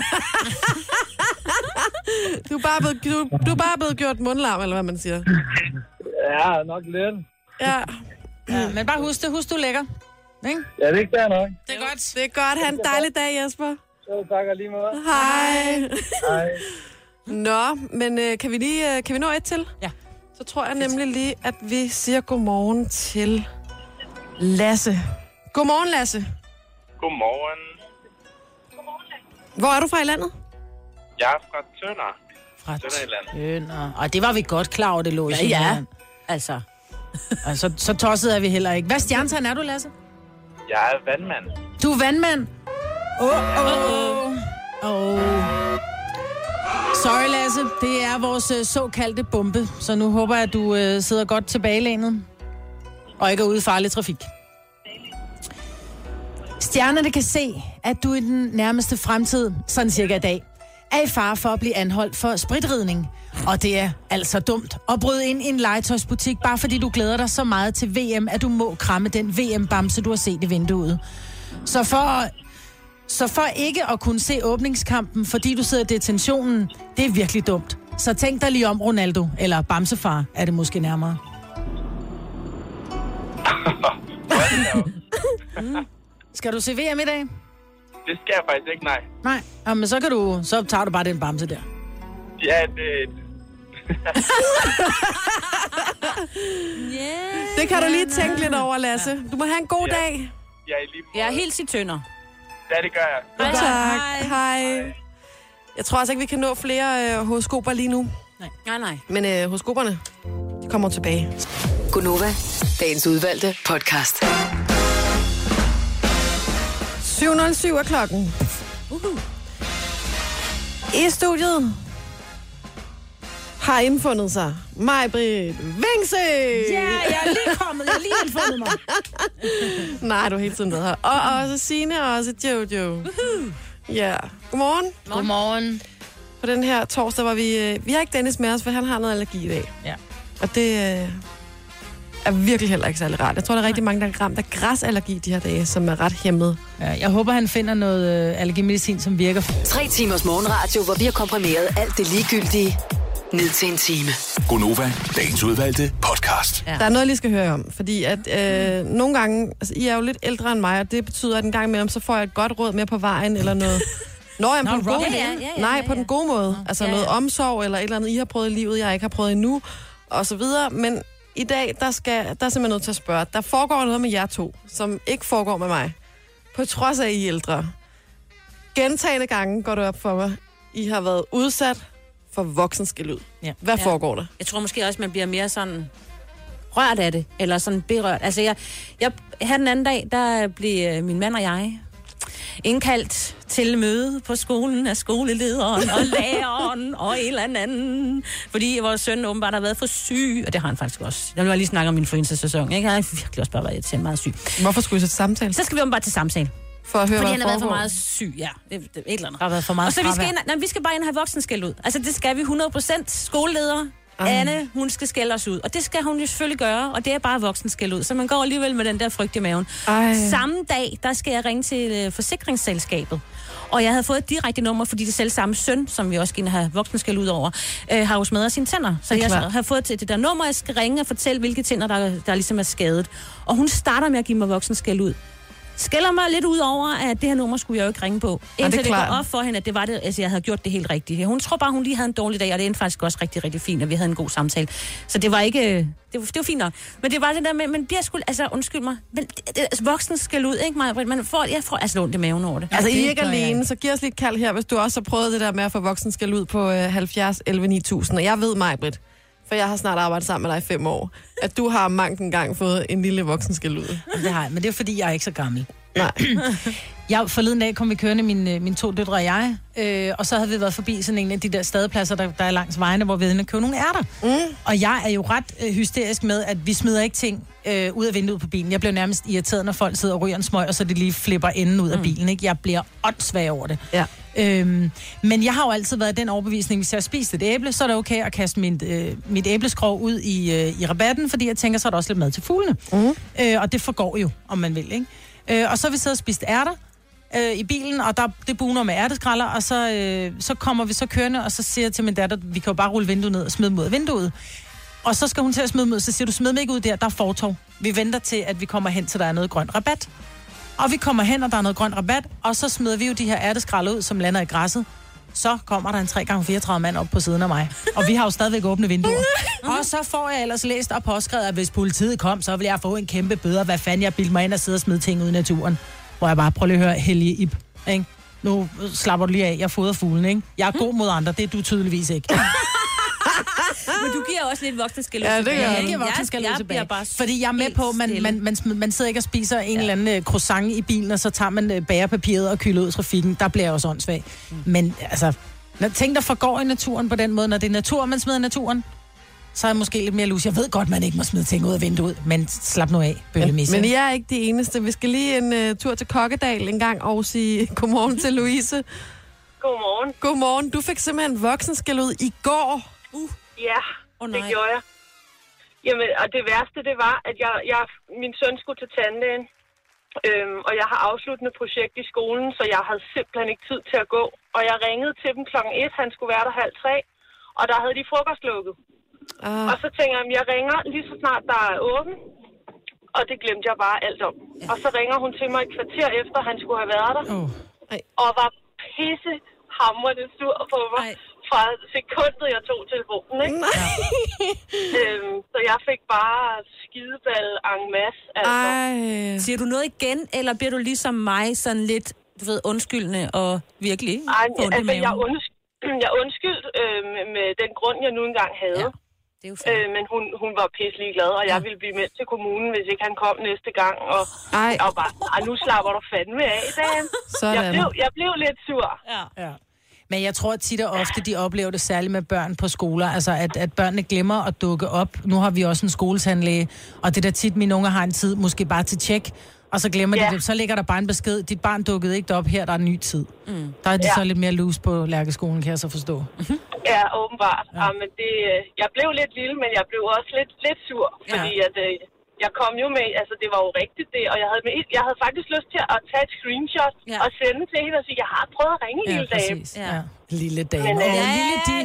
Du er bare blevet gjort mundlarm, eller hvad man siger. Ja, nok lidt. Ja. Ja, men bare husk det. Husk, du er lækker. Ikke? Ja, det er ikke der nok. Det er godt. Det er godt. Ha' en dejlig dag, Jesper. Så tak og lige måde. Hej. Hej. Nå, men kan vi nå et til? Ja. Så tror jeg nemlig lige, at vi siger godmorgen til Lasse. Godmorgen, Lasse. Godmorgen. Hvor er du fra i landet? Jeg er fra Tønder. Fra Tønderjylland. Tønder. Og det var vi godt klar over, det lå i Ja, Sønderjylland. altså. Altså, så tosset er vi heller ikke. Hvad stjernetegn er du, Lasse? Jeg er vandmand. Du er vandmand. Sorry, Lasse. Det er vores såkaldte bombe. Så nu håber jeg, at du sidder godt tilbagelænet. Og ikke er ude i farlig trafik. Stjernerne kan se, at du i den nærmeste fremtid, sådan cirka i dag, er i fare for at blive anholdt for spritridning. Og det er altså dumt at bryde ind i en legetøjsbutik, bare fordi du glæder dig så meget til VM, at du må kramme den VM-bamse, du har set i vinduet. Så for ikke at kunne se åbningskampen, fordi du sidder i detentionen, det er virkelig dumt. Så tænk dig lige om Ronaldo, eller Bamsefar, er det måske nærmere. Skal du se VM i dag? Det skal jeg faktisk ikke, nej. Nej, jamen så tager du bare den bamse der. Ja, det... Det kan du lige tænke lidt over, Lasse. Du må have en god dag. Ja, i lige måde. Jeg er helt i Tønder. Ja, det gør jeg. Tak. Hej. Jeg tror altså ikke, vi kan nå flere horoskoper lige nu. Nej. Men horoskoperne, de kommer tilbage. Gunova, dagens udvalgte podcast. 7:07 er klokken. I studiet har indfundet sig Maj-Britt Vingsø. Ja, jeg er lige kommet. Jeg er lige indfundet mig. Nej, du har hele tiden været her. Og også Signe, og også Jojo. Ja. Godmorgen. Godmorgen. På den her torsdag var vi har ikke Dennis med os, for han har noget allergi i dag. Ja. Og det er virkelig heller ikke særlig rart. Jeg tror, der er rigtig mange, der er ramt af græsallergi de her dage, som er ret hæmmet. Ja, jeg håber, han finder noget allergimedicin, som virker. 3 timers morgenradio, hvor vi har komprimeret alt det ligegyldige ned til en time. Gonova, dagens udvalgte podcast. Ja. Der er noget, jeg lige skal høre om, fordi at nogle gange, altså I er jo lidt ældre end mig, og det betyder, at en gang imellem, så får jeg et godt råd med på vejen, eller noget. På den gode måde. Nej, på den gode måde. Altså noget omsorg, eller et eller andet, I har prøvet i livet, jeg ikke har prøvet endnu, og så videre. Men i dag, der er simpelthen nødt til at spørge. Der foregår noget med jer to, som ikke foregår med mig. På trods af, I er ældre. Gentagende gange går det op for mig. I har været udsat for voksenskældud. Ja. Hvad foregår der? Jeg tror måske også, man bliver mere sådan rørt af det, eller sådan berørt. Altså, jeg her den anden dag, der blev min mand og jeg indkaldt til møde på skolen af skolelederen og læreren og en eller anden. Fordi vores søn åbenbart har været for syg, og det har han faktisk også. Jeg vil lige snakke om min influenza-sæson. Jeg har virkelig også bare været meget syg. Hvorfor skulle I så til samtale? Så skal vi åbenbart til samtale. For at høre, fordi hvad han har været for foregår. meget syg, ja. Det et eller andet. Der har været for meget og så vi skal bare ind og have voksenskæld ud. Altså det skal vi 100% skoleleder. Anne, hun skal skælde os ud. Og det skal hun jo selvfølgelig gøre, og det er bare voksenskæld ud. Så man går alligevel med den der frygt i maven. Samme dag, der skal jeg ringe til forsikringsselskabet. Og jeg havde fået et direkte nummer, fordi det selv samme søn, som vi også skal have voksenskæld ud over, har jo smadret sine tænder. Så jeg har fået til det der nummer, jeg skal ringe og fortælle, hvilke tænder, der ligesom er skadet. Og hun starter med at give mig voksenskæld ud. skælder mig lidt ud over, at det her nummer skulle jeg jo ikke ringe på. Indtil det går klart. op for hende, at det var det, altså jeg havde gjort det helt rigtigt. Hun tror bare, hun lige havde en dårlig dag, og det endte faktisk også rigtig, rigtig fint, at vi havde en god samtale. Så det var ikke... Det var fint nok. Men det var det der med, man bliver sgu... Altså, undskyld mig. Men voksne skal ud, ikke mig? Jeg får altså ondt i maven over det. Altså, I er ikke alene, så giv os lidt kald her, hvis du også har prøvet det der med at få voksen skal ud på 70 11 9000. Og jeg ved mig, Britt, for jeg har snart arbejdet sammen med dig i 5 år, at du har mange gang fået en lille voksen skal ud. Det har jeg, men det er fordi, jeg er ikke så gammel. Nej. Jeg forleden dag kom vi kørende, mine 2 døtre og jeg, og så havde vi været forbi sådan en af de der stadepladser, der er langs vejene, hvor vi havde købt nogle ærter. Og jeg er jo ret hysterisk med, at vi smider ikke ting ud af vinduet på bilen. Jeg bliver nærmest irriteret, når folk sidder og ryger en smøg, og så det lige flipper enden ud af bilen. Ikke? Jeg bliver åndssvag over det. Ja. Men jeg har jo altid været den overbevisning, hvis jeg har spist et æble, så er det okay at kaste mit æbleskrog ud i rabatten, fordi jeg tænker, så er der også lidt mad til fuglene. Og det forgår jo, om man vil, ikke? Og så har vi siddet og spist ærter i bilen, og det buner med ærteskralder, og så kommer vi så kørende, og så siger jeg til min datter, vi kan jo bare rulle vinduet ned og smide mod vinduet. Og så skal hun til at smide mod, så siger du, smid mig ikke ud der er fortov. Vi venter til, at vi kommer hen, til der er noget grønt rabat. Og vi kommer hen, og der er noget grønt rabat, og så smider vi jo de her ærteskralder ud, som lander i græsset. Så kommer der en 3x34 mand op på siden af mig. Og vi har jo stadigvæk åbne vinduer. Og så får jeg ellers læst og påskrevet, at hvis politiet kom, så vil jeg få en kæmpe bøder. Hvad fanden, jeg bilder mig ind og sidder og smider ting ud i naturen. Hvor jeg bare, prøv lige at høre, Helge Ib, ikke? Nu slapper du lige af, jeg fodrer fuglen, ikke? Jeg er god mod andre, det er du tydeligvis ikke. Men du giver også lidt voksenskæld ud. Ja, det gør jeg. Jeg giver voksenskæld ud tilbage. Fordi jeg er med på, man sidder ikke og spiser en eller anden croissant i bilen, og så tager man bærepapiret og kylder ud i trafikken. Der bliver jeg også åndssvag. Men altså, når ting, der forgår i naturen på den måde, når det er natur, man smider i naturen, så er jeg måske lidt mere lus. Jeg ved godt, man ikke må smide ting ud af vinduet, men slap nu af, bøllemisse. Men I er ikke de eneste. Vi skal lige en tur til Kokkedal en gang og sige godmorgen til Louise. Godmorgen. Godmorgen. Du fik simpelthen voksenskæld ud i går. Ja, det gjorde jeg. Jamen, og det værste, det var, at min søn skulle til tandlægen, og jeg har afsluttende projekt i skolen, så jeg havde simpelthen ikke tid til at gå. Og jeg ringede til dem 1:00, han skulle være der 2:30, og der havde de frokost lukket. Og så tænker jeg, jeg ringer lige så snart der er åben, og det glemte jeg bare alt om. Og så ringer hun til mig et kvarter efter, han skulle have været der, og var pissehamrende sur på mig. Fra sekundet, jeg tog telefonen, ikke? Så jeg fik bare skideball en masse, altså. Siger du noget igen, eller bliver du ligesom mig sådan lidt, du ved, undskyldende og virkelig? Altså, jeg undskyldte med den grund, jeg nu engang havde. Ja. Det er jo men hun var pisselig glad, og jeg ville blive meldt til kommunen, hvis ikke han kom næste gang. Og bare, nu slapper du fandme af, Dan. Jeg blev lidt sur. Ja. Men jeg tror tit og ofte, de oplever det særligt med børn på skoler. Altså, at børnene glemmer at dukke op. Nu har vi også en skoletandlæge, og det der tit, mine unger har en tid, måske bare til tjek, og så glemmer de det. Så ligger der bare en besked. Dit barn dukkede ikke op her, der er en ny tid. Der er de så lidt mere loose på Lærkeskolen, kan jeg så forstå. Ja, åbenbart. Ja. Men jeg blev lidt lille, men jeg blev også lidt sur, fordi at... Jeg kom jo med, altså det var jo rigtigt det, og jeg havde faktisk lyst til at tage et screenshot og sende til hende og sige, jeg har prøvet at ringe lille dame. Ja, lille dame. Men, lille de.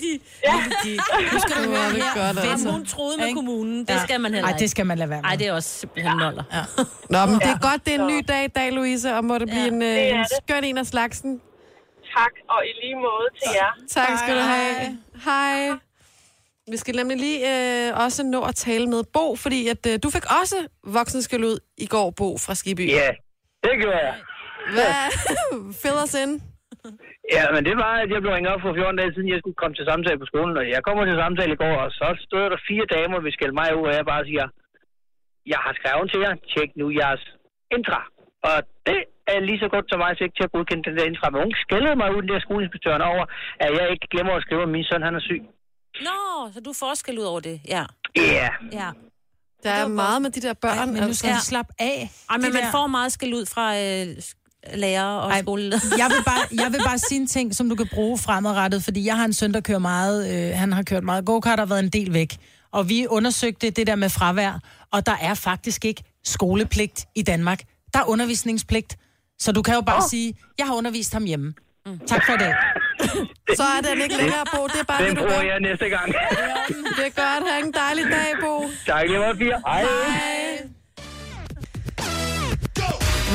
Nu skal du høre her. Hvis hun troede med kommunen, det skal man heller ikke. Nej, det skal man lade være med. Nej, det er også simpelthen noller. Nå, men det er godt, det er en ny dag i dag, Louise, og må det blive en skøn en af slagsen. Tak, og i lige måde til jer. Tak skal du have. Hej. Vi skal nemlig lige også nå at tale med Bo, fordi at du fik også voksenskæld ud i går, Bo fra Skiby. Ja, det gjorde jeg. Hvad? Fill os ind. Ja, men det var, at jeg blev ringet op for 14 dage siden, jeg skulle komme til samtale på skolen, og jeg kommer til samtale i går, og så stod der 4 damer, vi skældte mig ud, og jeg bare siger, jeg har skrevet til jer, tjek nu jeres intra. Og det er lige så godt som mig, så ikke til at godkende den der intra. Men hun skældede mig ud, den der skoleinspektøren over, at jeg ikke glemmer at skrive, at min søn han er syg. Nå, så du får skæld ud over det, ja. Ja. Der er meget med de der børn. Men nu skal du slappe af. Ej, men man får meget skæld ud fra lærer og skoleleder. Jeg vil bare sige en ting, som du kan bruge fremadrettet, fordi jeg har en søn, der kører meget, han har kørt meget go-kart og været en del væk. Og vi undersøgte det der med fravær, og der er faktisk ikke skolepligt i Danmark. Der er undervisningspligt. Så du kan jo bare sige, jeg har undervist ham hjemme. Tak for det. Så er den ikke længere, Bo. Det er bare den det, du bruger gør. jeg næste gang. Det er godt. Ha' en dejlig dag, Bo. Tak, det var 4. Hej.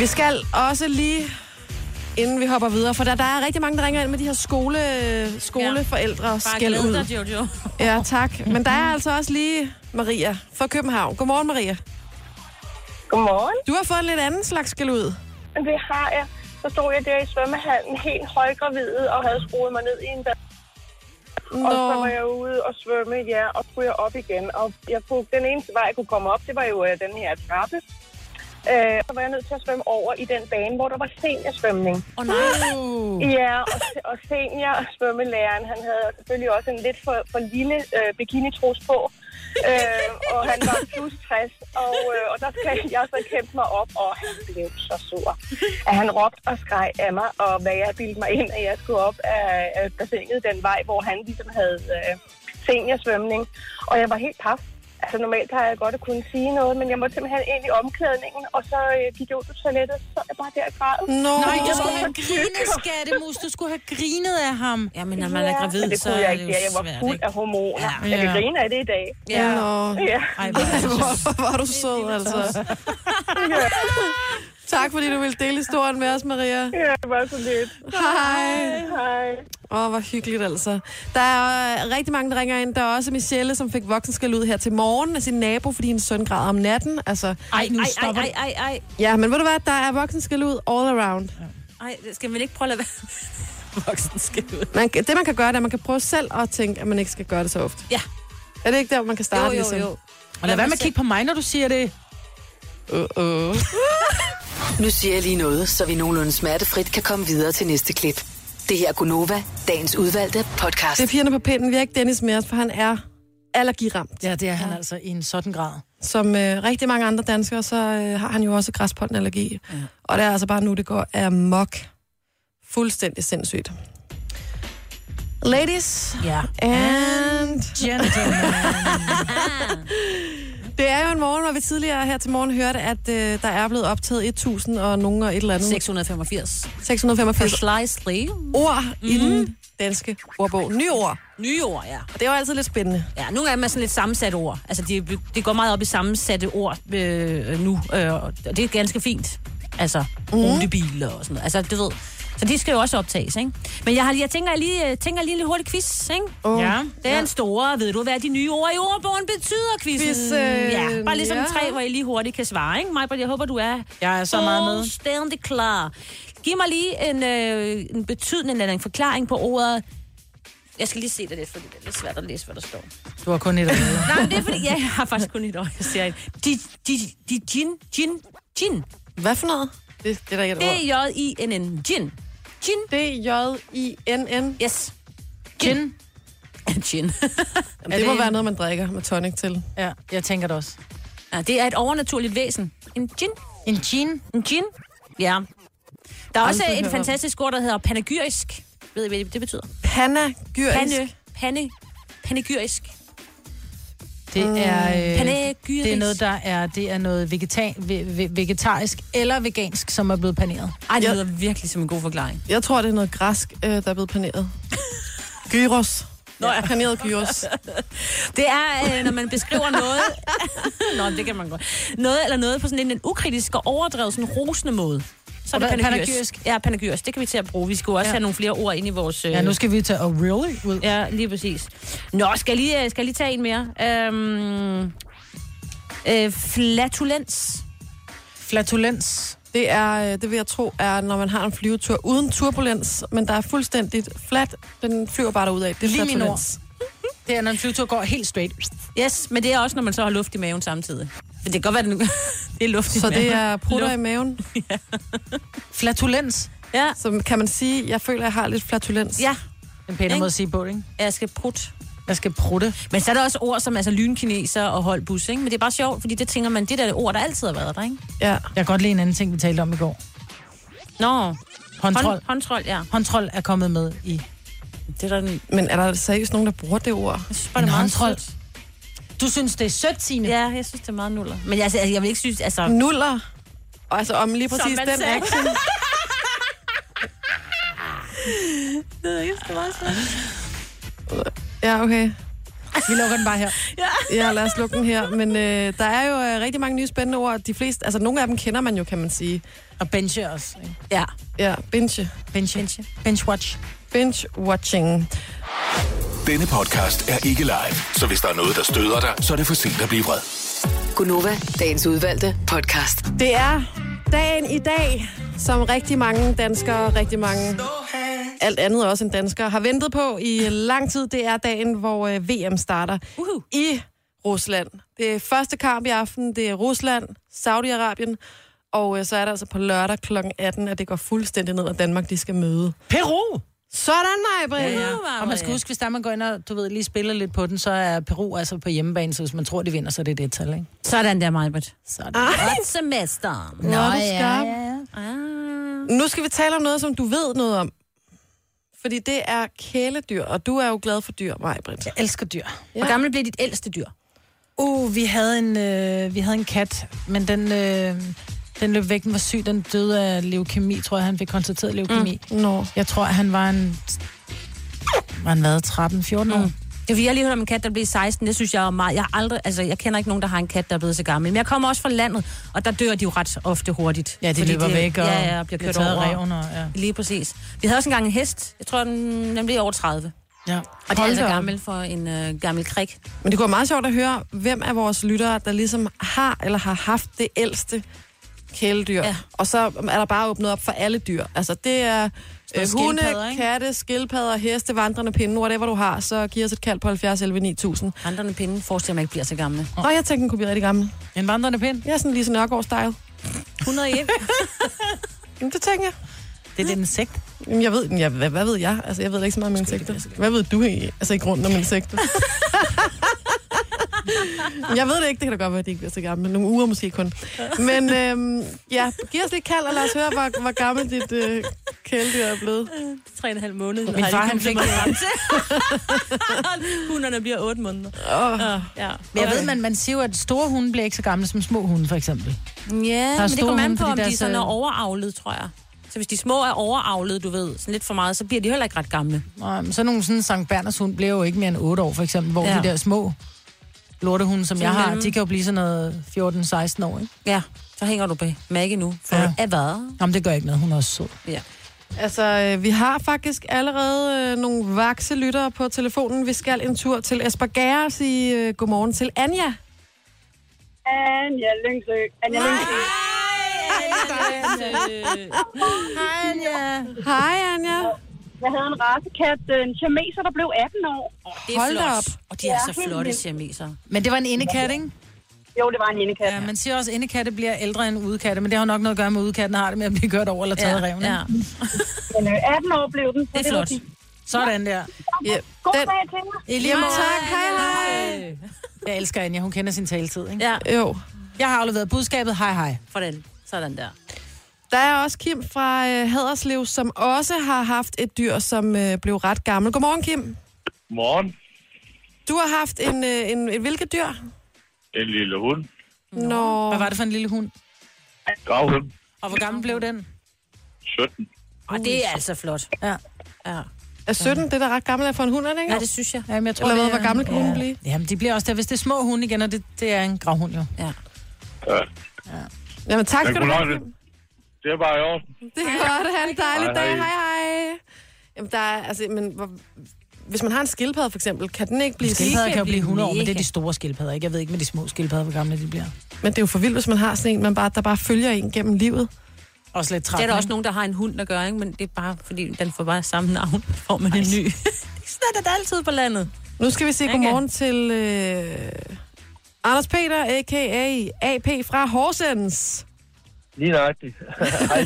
Vi skal også lige, inden vi hopper videre, for der er rigtig mange, der ringer ind med de her skoleforældre skæld ud. Bare glæd dig, Jojo. Ja, tak. Men der er altså også lige Maria fra København. Godmorgen, Maria. Godmorgen. Du har fået en lidt anden slags skæld ud. Det har jeg. Så stod jeg der i svømmehallen helt højgravid og havde skruet mig ned i en bad. Og så var jeg ude og svømme, ja, og skulle jeg op igen. Og den eneste vej, jeg kunne komme op, det var jo den her trappe. Så var jeg nødt til at svømme over i den bane, hvor der var seniorsvømning. Nej. Ja, og seniorsvømmelæreren, han havde selvfølgelig også en lidt for lille bikinitrus på. Og han var plus 60, og der skal jeg så kæmpe mig op, og han blev så sur. At han råbte og skreg af mig, og hvad jeg bildte mig ind, at jeg skulle op af bassinet den vej, hvor han ligesom havde seniorsvømning. Og jeg var helt paf. Altså normalt har jeg godt at kunne sige noget, men jeg måtte simpelthen ind i omklædningen, og så gik jeg ud på toilettet, så er jeg bare der og græd. Nej, du skulle have grinet, skattemus. Du skulle have grinet af ham. Ja, men når man er gravid, det så kunne er jeg det ikke. jo Jeg var fuld af hormoner. Ja. Jeg kan grine af det i dag. Ja. Ja. Ej, Hvor var du sød, altså. Tak, fordi du ville dele historien med os, Maria. Ja, det var så lidt. Hej. Hej. Hvor hyggeligt, altså. Der er rigtig mange, der ringer ind. Der er også Michelle, som fik voksenskæld ud her til morgen af sin nabo, fordi hendes søn græder om natten. Altså, nu stopper det. ja, men ved du hvad? Der er voksenskæld ud all around. Ej, skal man ikke prøve at lade være voksenskæld ud? Det, man kan gøre, det er, at man kan prøve selv at tænke, at man ikke skal gøre det så ofte. Ja. Er det ikke der, man kan starte? Jo. Ligesom? Og lad være med at kigge på mig, når du siger det. Nu siger jeg lige noget, så vi nogenlunde smertefrit kan komme videre til næste klip. Det her er Gunova, dagens udvalgte podcast. Det er pigerne på pinden. Vi har ikke Dennis med os, for han er allergiramt. Ja, det er han altså i en sådan grad. Som rigtig mange andre danskere, så har han jo også græspollenallergi. Ja. Og det er altså bare nu, det går amok. Fuldstændig sindssygt. Ladies and gentlemen. Det er jo en morgen, hvor vi tidligere her til morgen hørte, at der er blevet optaget 1000 og nogen og et eller andet. 685 ord i den danske ordbog. Nye ord. Nye ord, ja. Og det er jo altid lidt spændende. Ja, nogle af dem er sådan lidt sammensatte ord. Altså, de går meget op i sammensatte ord nu. Og det er ganske fint. Altså, rutebiler og sådan noget. Altså, du ved. Så de skal jo også optages, ikke? Men jeg tænker lige lidt hurtigt quiz, ikke? Ja. Det er en store, ved du, hvad de nye ord i ordbogen betyder, quizzen? Ja, bare ligesom 3, hvor I lige hurtigt kan svare, ikke? Majbert, jeg håber, du er så meget med. Fuldstændig klar. Giv mig lige en betydning eller en forklaring på ordet. Jeg skal lige se det lidt, fordi det er lidt svært at læse, hvad der står. Du har kun et år. Nej, men det er fordi, jeg har faktisk kun et år, jeg siger gin. Hvad for noget? Det er der ikke et ord. D-J-I-N-N. Gin. D-J-I-N-N. Yes. Gin. Gin. Jamen, det må være noget, man drikker med tonic til. Ja, jeg tænker det også. Ja, det er et overnaturligt væsen. En gin. En gin? En gin. Ja. Der er også et fantastisk ord, der hedder panegyrisk. Ved I, hvad det betyder? Panegyrisk? Panegyrisk. Det er, panegyrisk. Det er noget vegetarisk eller vegansk, som er blevet paneret. Ej, det lyder virkelig som en god forklaring. Jeg tror, det er noget græsk, der er blevet paneret. Gyros. Ja, paneret gyros. Det er, når man beskriver noget... Nå, det kan man godt. Noget på sådan en ukritisk og overdrevet, sådan rosende måde. Så er det panegyrisk. Ja, panegyrisk. Det kan vi til at bruge. Vi skal jo også have nogle flere ord ind i vores... Ja, nu skal vi tage really ud. Ja, lige præcis. Nå, skal jeg lige tage en mere? Flatulens. Flatulens. Det vil jeg tro, er, når man har en flyvetur uden turbulens, men der er fuldstændigt flat. Den flyver bare derudad. Det er lige flatulens. Det er, når en flyvetur går helt straight. Yes, men det er også, når man så har luft i maven samtidig. Men det kan godt være, det er luft i så maven. Så det er prutter i maven? Ja. Flatulens? Ja. Så kan man sige, jeg føler, jeg har lidt flatulens? Ja. En pænere måde at sige på, ikke? Jeg skal prutte. Jeg skal prutte. Men så er der også ord som altså lynkineser og holdbus, ikke? Men det er bare sjovt, fordi det tænker man, det der er ord, der altid har været der, ikke? Ja. Jeg kan godt lide en anden ting, vi talte om i går. Nå. Håndtrol. Håndtrol, ja. Håndtrol er kommet med i... Det er der Men er der seriøst nogen, der bruger det ord? Jeg synes bare, det er meget sødt. Du synes, det er sødt, Signe? Ja, jeg synes, det er meget nuller. Men jeg vil ikke synes, altså... Nuller? Og altså om lige præcis den sagde. action? Det er meget sødt. Ja, okay. Vi lukker den bare her. Ja, lad os lukke den her. Men der er jo rigtig mange nye spændende ord. De fleste, altså nogle af dem kender man jo, kan man sige. Og binge også. Ikke? Ja. Ja, binge. Binge-watch. Binge-watching. Denne podcast er ikke live, så hvis der er noget, der støder dig, så er det for sent at blive vred. Gunova, dagens udvalgte podcast. Det er dagen i dag, som rigtig mange danskere, rigtig mange, alt andet også end danskere, har ventet på i lang tid. Det er dagen, hvor VM starter i Rusland. Det er første kamp i aften. Det er Rusland, Saudi-Arabien. Og så er det altså på lørdag kl. 18, at det går fuldstændig ned, at Danmark de skal møde Peru! Sådan, Maj-Britt. Ja. Og man skal huske, hvis der man går ind og, du ved, lige spiller lidt på den, så er Peru altså på hjemmebane, så hvis man tror, de vinder, så er det det tal, ikke? Sådan der, Maj-Britt. Sådan. Et semester. Nå, ja. Nu skal vi tale om noget, som du ved noget om. Fordi det er kæledyr, og du er jo glad for dyr, Maj-Britt. Jeg elsker dyr. Ja. Hvor gammel blev dit ældste dyr? Vi havde en kat, men den løb væk, den var syg, den døde af leukemi, tror jeg, han fik konstateret leukemi. Jeg tror, han var han været 13-14 år. Det er fordi, jeg lige hørt om en kat, der blev 16, det synes jeg er meget. Jeg kender ikke nogen, der har en kat, der er blevet så gammel. Men jeg kommer også fra landet, og der dør de jo ret ofte hurtigt. Ja, de løber væk og bliver kørt over. Reven og, ja. Lige præcis. Vi havde også engang en hest. Jeg tror, den blev over 30. Ja. Og det er altså gammel for en gammel krik. Men det kunne være meget sjovt at høre, hvem af vores lyttere, der ligesom har eller har haft det ældste kæledyr. Ja. Og så er der bare åbnet op for alle dyr. Altså det er hunde, katte, skildpadder, heste, vandrende pinde, whatever du har, så giver os et kald på 70 11 9000. Vandrende pinde forestiller mig ikke bliver så gamle. Nå, jeg tænkte, den kunne blive rigtig gammel. En vandrende pind? Ja, sådan lige så Nørgaard-style. 100 hjem. Jamen, det tænker jeg. Det er et insekt. Jamen, jeg ved, hvad ved jeg? Altså, jeg ved ikke så meget om insekter. Hvad ved du i grunden om insekter? Jeg ved det ikke, det kan da godt være, at de ikke bliver så gamle. Nogle uger måske kun. Men giv os lidt kald, og lad os høre, hvor gammel dit kæledyr er blevet. 3,5 måneder. Min far, han fik det frem til. Hunderne bliver 8 måneder. Ja. Men jeg ved, man siger jo, at store hunde bliver ikke så gamle som små hunde, for eksempel. Ja, men det kommer an på, om de sådan er overavlet, tror jeg. Så hvis de små er overavlet, du ved, sådan lidt for meget, så bliver de heller ikke ret gamle. Nej, men så nogle sådan Sankt Berners hund bliver jo ikke mere end 8 år, for eksempel, hvor de der små lortehunde, som jeg har, de kan jo blive sådan noget 14-16 år, ikke? Ja, så hænger du på Maggie nu. Jamen, det gør ikke noget, hun er også sød. Ja. Altså, vi har faktisk allerede nogle vakse lyttere på telefonen. Vi skal en tur til Espergærde og sige godmorgen til Anja. Anja Lyngsø. Hej, Anja. Hej, Anja. Jeg havde en racekat, en siameser, der blev 18 år. Det er flot. Op. Og de er så flotte siameser. Men det var en indekat, ikke? Jo, det var en indekat. Ja, man siger også, at indekatte bliver ældre end udekatte, men det har nok noget at gøre med, at udekatten har det med at blive kørt over eller taget af reven. Ja. Men 18 år blev den. Det er flot. Sådan der. Ja. God dag til jer. I lige måde. Tak. Hej. Jeg elsker Anja, hun kender sin taletid, ikke? Ja. Jo. Jeg har afleveret budskabet. Hej. For den. Sådan der. Der er også Kim fra Haderslev, som også har haft et dyr, som blev ret gammel. Godmorgen, Kim. Godmorgen. Du har haft en hvilket dyr? En lille hund. Nå. Hvad var det for en lille hund? Gravhund. Og hvor gammel blev den? 17. Og det er altså flot. Ja. Er 17 det, der er ret gammel for en hund, er det ikke? Ja, det synes jeg. Jamen, jeg tror, eller hvor gammel kan hunden blive? Jamen, de bliver også der, hvis det er små hunde igen, og det er en gravhund jo. Ja. Jamen, tak skal du have, Kim. Det er bare i orden. Det er godt at have en dejlig dag. Hej. Jamen, der er, altså, hvis man har en skildpadde for eksempel, kan den ikke blive... Skildpadder kan jo blive 100 år, men det er de store skildpadder, ikke? Jeg ved ikke med de små skildpadder, hvor gamle de bliver. Men det er jo for vildt, hvis man har sådan en, der bare følger en gennem livet. Også lidt træt. Det er der også nogen, der har en hund, der gør, ikke? Men det er bare, fordi den får bare samme navn, får man en ny. Sådan er det altid på landet. Nu skal vi sige godmorgen til Anders Peter, a.k.a. AP fra Horsens. Lige nøjagtigt. Hej.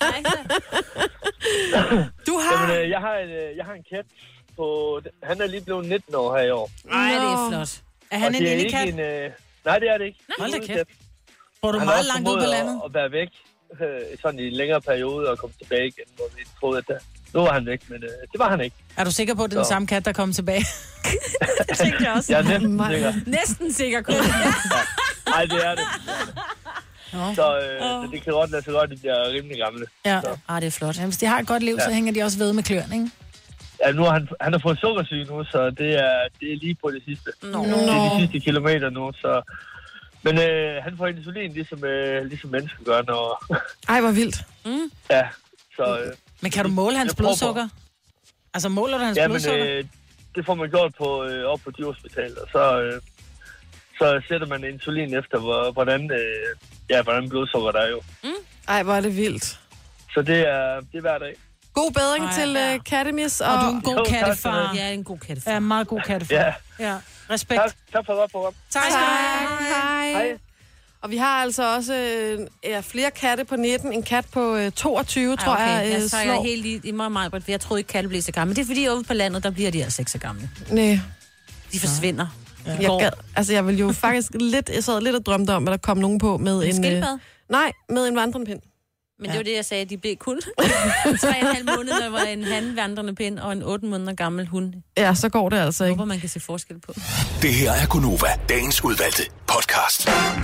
Du har... Jamen, jeg har en kat på... Han er lige blevet 19 år her i år. Nej, det er flot. Er han en indekat? Nej, det er det ikke. Hold da kæft. Bor du meget langt ud på landet? At være væk sådan i en længere periode og komme tilbage igen, hvor vi troede, at nu var han væk, men det var han ikke. Er du sikker på, at det er den samme kat, der kom tilbage? Det tænkte jeg også. Jeg er næsten sikker. Næsten sikker kun. Nej, det er det. Så det kan godt lade sig godt, at de bliver rimelig gamle. Ja. Det er flot. Jamen, hvis de har et godt liv, så hænger de også ved med kløerne, ikke? Ja, nu har han har fået sukkersyge nu, så det er lige på det sidste. Det er de sidste kilometer nu, så... Men han får insulin, ligesom mennesker gør, når... Ej, hvor vildt. Ja, så... Men kan du måle hans blodsukker? Altså, måler du hans blodsukker? Ja, men det får man gjort op på dyrehospitalet, og så sætter man insulin efter, hvordan blodsukker der er jo. Ej, hvor er det vildt. Så det er hver dag. God bedring til Kattemis. Og du er en god kattefar. Ja, en god kattefar. Ja, en meget god kattefar. Ja. Respekt. Tak for godt program. Tak. Hej. Og vi har altså også flere katte på 19. En kat på 22, tror jeg. Jeg er helt i mig meget, for jeg troede ikke, katte blev så gamle. Det er fordi, ude på landet, der bliver de altså ikke så gamle. Nej. De forsvinder. Ja. Jeg vil jo faktisk jeg sad lidt og drømte om, at der kom nogen på med en... skildpadde? Nej, med en vandrende pind. Men det var det, jeg sagde, de blev kun 3,5 måneder, der var en vandrende pind og en 8 måneder gammel hund. Ja, så går det altså ikke. Jeg håber, man kan se forskel på. Det her er Gonova, dagens udvalgte podcast.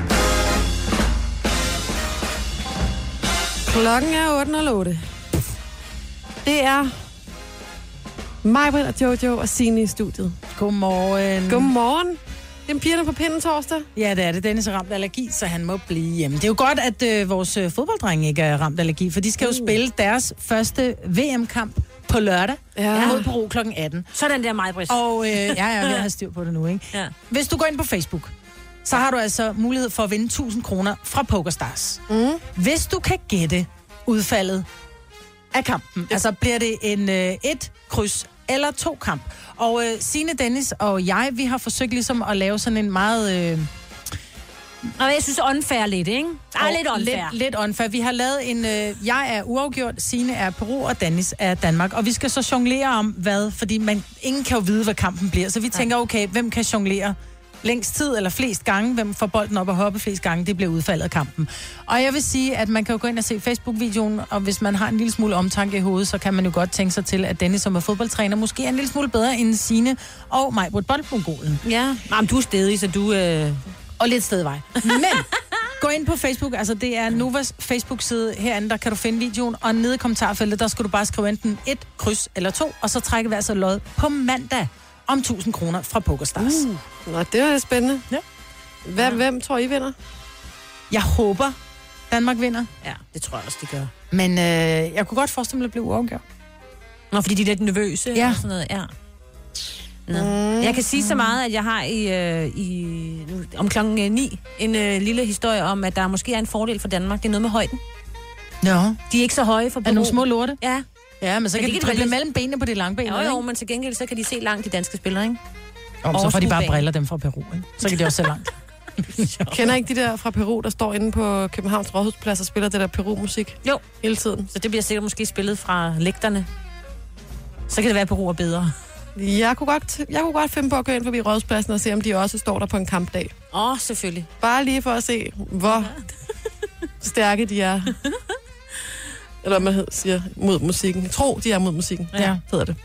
Klokken er 8:08. Det er mig, Britt og Jojo og Signe i studiet. Godmorgen. Godmorgen. Det er pigerne på pinden torsdag. Ja, det er det. Dennis er ramt af allergi, så han må blive hjemme. Det er jo godt, at vores fodbolddrenge ikke er ramt af allergi, for de skal jo spille deres første VM-kamp på lørdag mod Peru kl. 18. Sådan der mig, Britt. Og jeg er ved at have styr på det nu, ikke? Ja. Hvis du går ind på Facebook, så har du altså mulighed for at vinde 1000 kroner fra PokerStars. Hvis du kan gætte udfaldet af kampen, altså bliver det en 1 kryds eller 2 kamp. Og Signe, Dennis og jeg, vi har forsøgt ligesom at lave sådan en meget... Og jeg synes unfair lidt, ikke? Lidt unfair. Lidt unfair. Vi har lavet en... jeg er uafgjort, Signe er Peru, og Dennis er Danmark. Og vi skal så jonglere om hvad, fordi ingen kan jo vide, hvad kampen bliver. Så vi tænker, okay, hvem kan jonglere længst tid eller flest gange? Hvem får bolden op og hoppe flest gange? Det bliver udfaldet af kampen. Og jeg vil sige, at man kan jo gå ind og se Facebook-videoen, og hvis man har en lille smule omtanke i hovedet, så kan man jo godt tænke sig til, at Dennis, som er fodboldtræner, måske er en lille smule bedre end Signe og mig på boldmongolen. Ja, men du er stedig, så du... Og lidt stedvej. Men gå ind på Facebook, altså det er Novas Facebook-side herinde, der kan du finde videoen, og nede i kommentarfeltet, der skal du bare skrive enten 1 kryds eller 2, og så trække hver så lod på mandag om 1000 kroner fra PokerStars. Nå, det var spændende. Ja. Hvem tror I vinder? Jeg håber, Danmark vinder. Ja, det tror jeg også, de gør. Men jeg kunne godt forestille mig, at det blev uafgjort. Nå, fordi de er lidt nervøse og sådan noget, ja. Jeg kan sige så meget, at jeg har om klokken 9 en lille historie om, at der måske er en fordel for Danmark. Det er noget med højden. Nå. De er ikke så høje for Peru. Er nogle små lorte? Ja. Ja, men så kan de drible mellem benene på de lange ben. Jo, men til gengæld, så kan de se langt, de danske spillere, ikke? Så får de bare briller dem fra Peru, ikke? Så kan de også se langt. Kender ikke de der fra Peru, der står inde på Københavns Rådhusplads og spiller det der Peru-musik? Jo. Hele tiden. Så det bliver sikkert måske spillet fra lægterne. Så kan det være, at Peru er bedre. Jeg kunne godt finde på at gå ind forbi Rådhuspladsen og se, om de også står der på en kampdag. Selvfølgelig. Bare lige for at se, hvor stærke de er. Eller hvad man siger, mod musikken. Jeg tror, de er mod musikken. Ja, hedder det.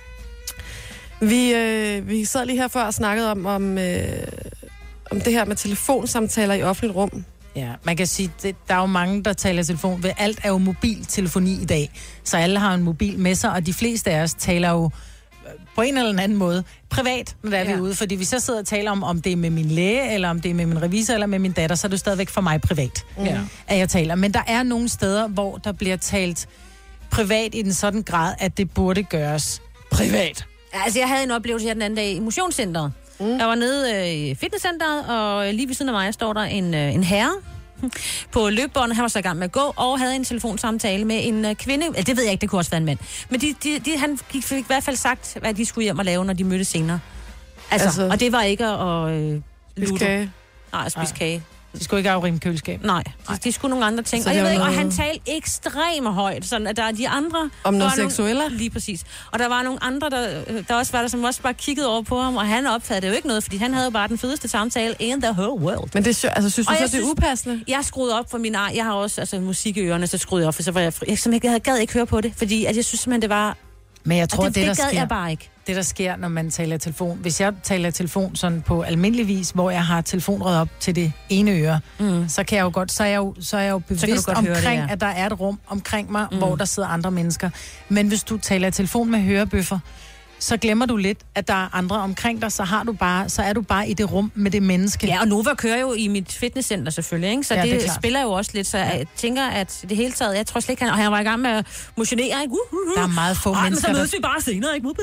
Vi sad lige her før og snakkede om det her med telefonsamtaler i offentligt rum. Ja, man kan sige, der er jo mange, der taler telefon. Alt er jo mobiltelefoni i dag. Så alle har en mobil med sig, og de fleste af os taler jo på en eller anden måde privat, når vi er ude. Fordi hvis jeg sidder og taler om det er med min læge, eller om det er med min revisor, eller med min datter, så er det stadigvæk for mig privat, at jeg taler. Men der er nogle steder, hvor der bliver talt privat i den sådan grad, at det burde gøres privat. Altså, jeg havde en oplevelse her den anden dag i motionscenteret. Jeg var nede i fitnesscenteret, og lige ved siden af mig står der en herre på løbebåndet. Han var så i gang med at gå, og havde en telefonsamtale med en kvinde. Det ved jeg ikke, det kunne også være en mand. Men han fik i hvert fald sagt, hvad de skulle hjem og lave, når de mødtes senere. Altså, og det var ikke at spise kage. Nej, at spise kage. De skulle ikke afrime køleskab. Nej, de skulle nogle andre ting. Og, jeg ved ikke, og han talte ekstremt højt, sådan at der er de andre... Om noget seksuelle? Lige præcis. Og der var nogle andre, der også var der, som også bare kiggede over på ham, og han opfattede jo ikke noget, fordi han havde jo bare den fedeste samtale in the whole world. Men det, synes du så, det er upassende? Jeg skruede op for min egen... Jeg har også musik i ørerne, så skruede jeg op, for så var jeg gad ikke høre på det, fordi at jeg synes simpelthen, det var... Men jeg tror, det gad jeg bare ikke. Det, der sker, når man taler telefon. Hvis jeg taler telefon sådan på almindelig vis, hvor jeg har telefonrøret op til det ene øre, så kan jeg jo godt, så er jeg jo bevidst omkring, at der er et rum omkring mig, hvor der sidder andre mennesker. Men hvis du taler telefon med hørebøffer, så glemmer du lidt, at der er andre omkring dig, så er du bare i det rum med det menneske. Ja, og Nova kører jo i mit fitnesscenter selvfølgelig, ikke? Så ja, det spiller jo også lidt, så jeg tænker, at det hele taget, jeg tror slet ikke, han var i gang med at motionere, ikke? Der er meget få mennesker, men så mødes vi bare senere, ikke?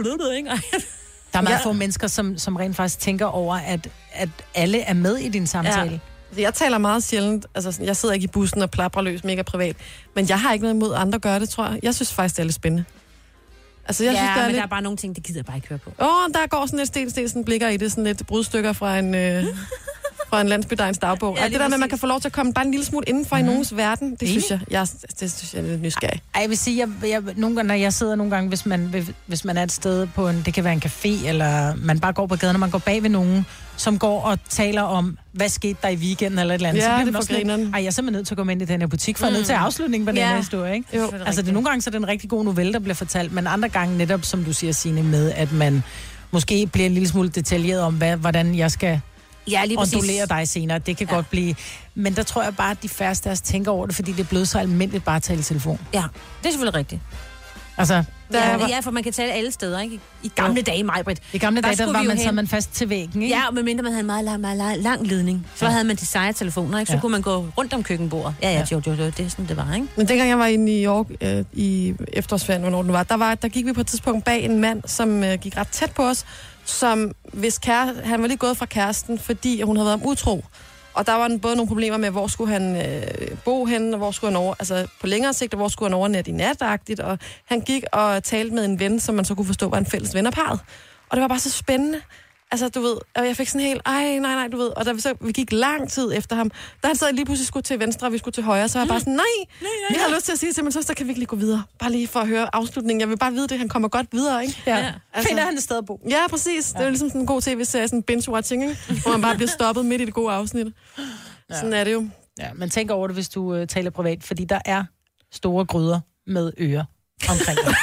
Der er meget få mennesker, som rent faktisk tænker over, at alle er med i din samtale. Ja. Jeg taler meget sjældent, altså jeg sidder ikke i bussen og plaprer løs mega privat, men jeg har ikke noget imod andre gør det, tror jeg. Jeg synes faktisk, det er lidt spændende. Altså, jeg synes, men lidt... der er bare nogle ting, det gider jeg bare ikke høre på. Der går sådan lidt Sten blikker i det, sådan lidt brudstykker fra en landsbydegns dagbog. Ja, det der med, at man kan få lov til at komme bare en lille smule indenfor i nogens verden, det synes jeg er lidt nysgerrig. Jeg vil sige, nogle gange, når jeg sidder nogle gange, hvis man er et sted på det kan være en café, eller man bare går på gaden, og man går bag ved nogen, som går og taler om, hvad skete der i weekenden, eller et eller andet. Ja, så det er for grineren. Jeg er simpelthen nødt til at gå ind i den her butik, for at nødt til afslutningen på den her historie, ikke? Jo. Altså, det er nogle gange, så er det en rigtig god novelle, der bliver fortalt, men andre gange netop, som du siger, Signe, med, at man måske bliver en lille smule detaljeret om, hvordan jeg skal ondulere dig senere. Det kan godt blive... Men der tror jeg bare, at de færreste af os tænker over det, fordi det er blevet så almindeligt bare at tale i telefon. Ja, det er selvfølgelig rigtigt. Altså... Ja, for man kan tale alle steder, ikke? I gamle dage, Majbrit. I gamle dage, der var man fast til væggen, ikke? Ja, medmindre man havde en meget lang ledning. Så havde man de seje telefoner, ikke? Så kunne man gå rundt om køkkenbordet. Ja, jo, det er sådan, det var, ikke? Men dengang jeg var i New York i efterårsferien, hvornår den var, der gik vi på et tidspunkt bag en mand, som gik ret tæt på os, som han var lige gået fra kæresten, fordi hun havde været om utro. Og der var både nogle problemer med, hvor skulle han bo henne, og hvor skulle han over, altså på længere sigt, og hvor skulle han overnatte i natagtigt. Og han gik og talte med en ven, som man så kunne forstå var en fælles ven af parret. Og det var bare så spændende. Altså, du ved, og jeg fik sådan helt, nej, du ved. Og da vi gik lang tid efter ham, da han sad lige pludselig skulle til venstre, og vi skulle til højre, så var jeg bare sådan, nej. Jeg har lyst til at sige til min søster, kan vi ikke lige gå videre? Bare lige for at høre afslutningen. Jeg vil bare vide det, han kommer godt videre, ikke? Ja. Altså, finder han et sted at bo? Ja, præcis. Det er jo ligesom sådan en god tv-serie, sådan en binge-watching, ikke? Hvor man bare bliver stoppet midt i det gode afsnit. Ja. Sådan er det jo. Ja, men tænk over det, hvis du taler privat, fordi der er store gryder med ører omkring dig.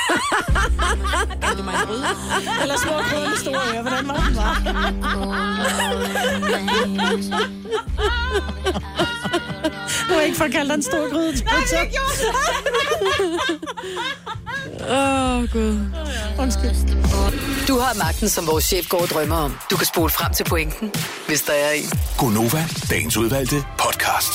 Kan du mig en gryde? Eller små gryder med store ører, hvordan var den var? Du har ikke for kaldt en stor gryde. Nej, det har jeg gjort. Gud. Undskyld. Du har magten, som vores chef går og drømmer om. Du kan spole frem til pointen, hvis der er en. Gonova, dagens udvalgte podcast.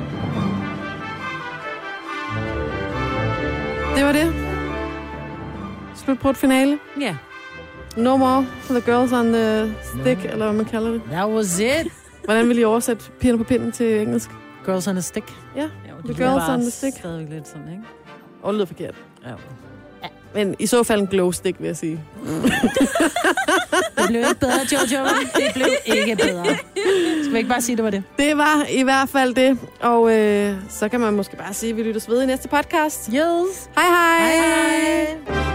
Det var det. Slut på et finale. Ja. No more for the girls on the stick, eller hvad man kalder det. That was it. Hvordan vil I oversætte pigerne på pinden til engelsk? Girls on the stick. Ja, the girls on the stick. Stadigvæk lidt sådan, ikke? Og det lyder forkert. Ja. Men i så fald en glow stick, vil jeg sige. Det blev ikke bedre, Jojo. Det blev ikke bedre. Skal vi ikke bare sige, det var det? Det var i hvert fald det. Og så kan man måske bare sige, at vi lyttes ved i næste podcast. Yes. Hej hej. Hej hej.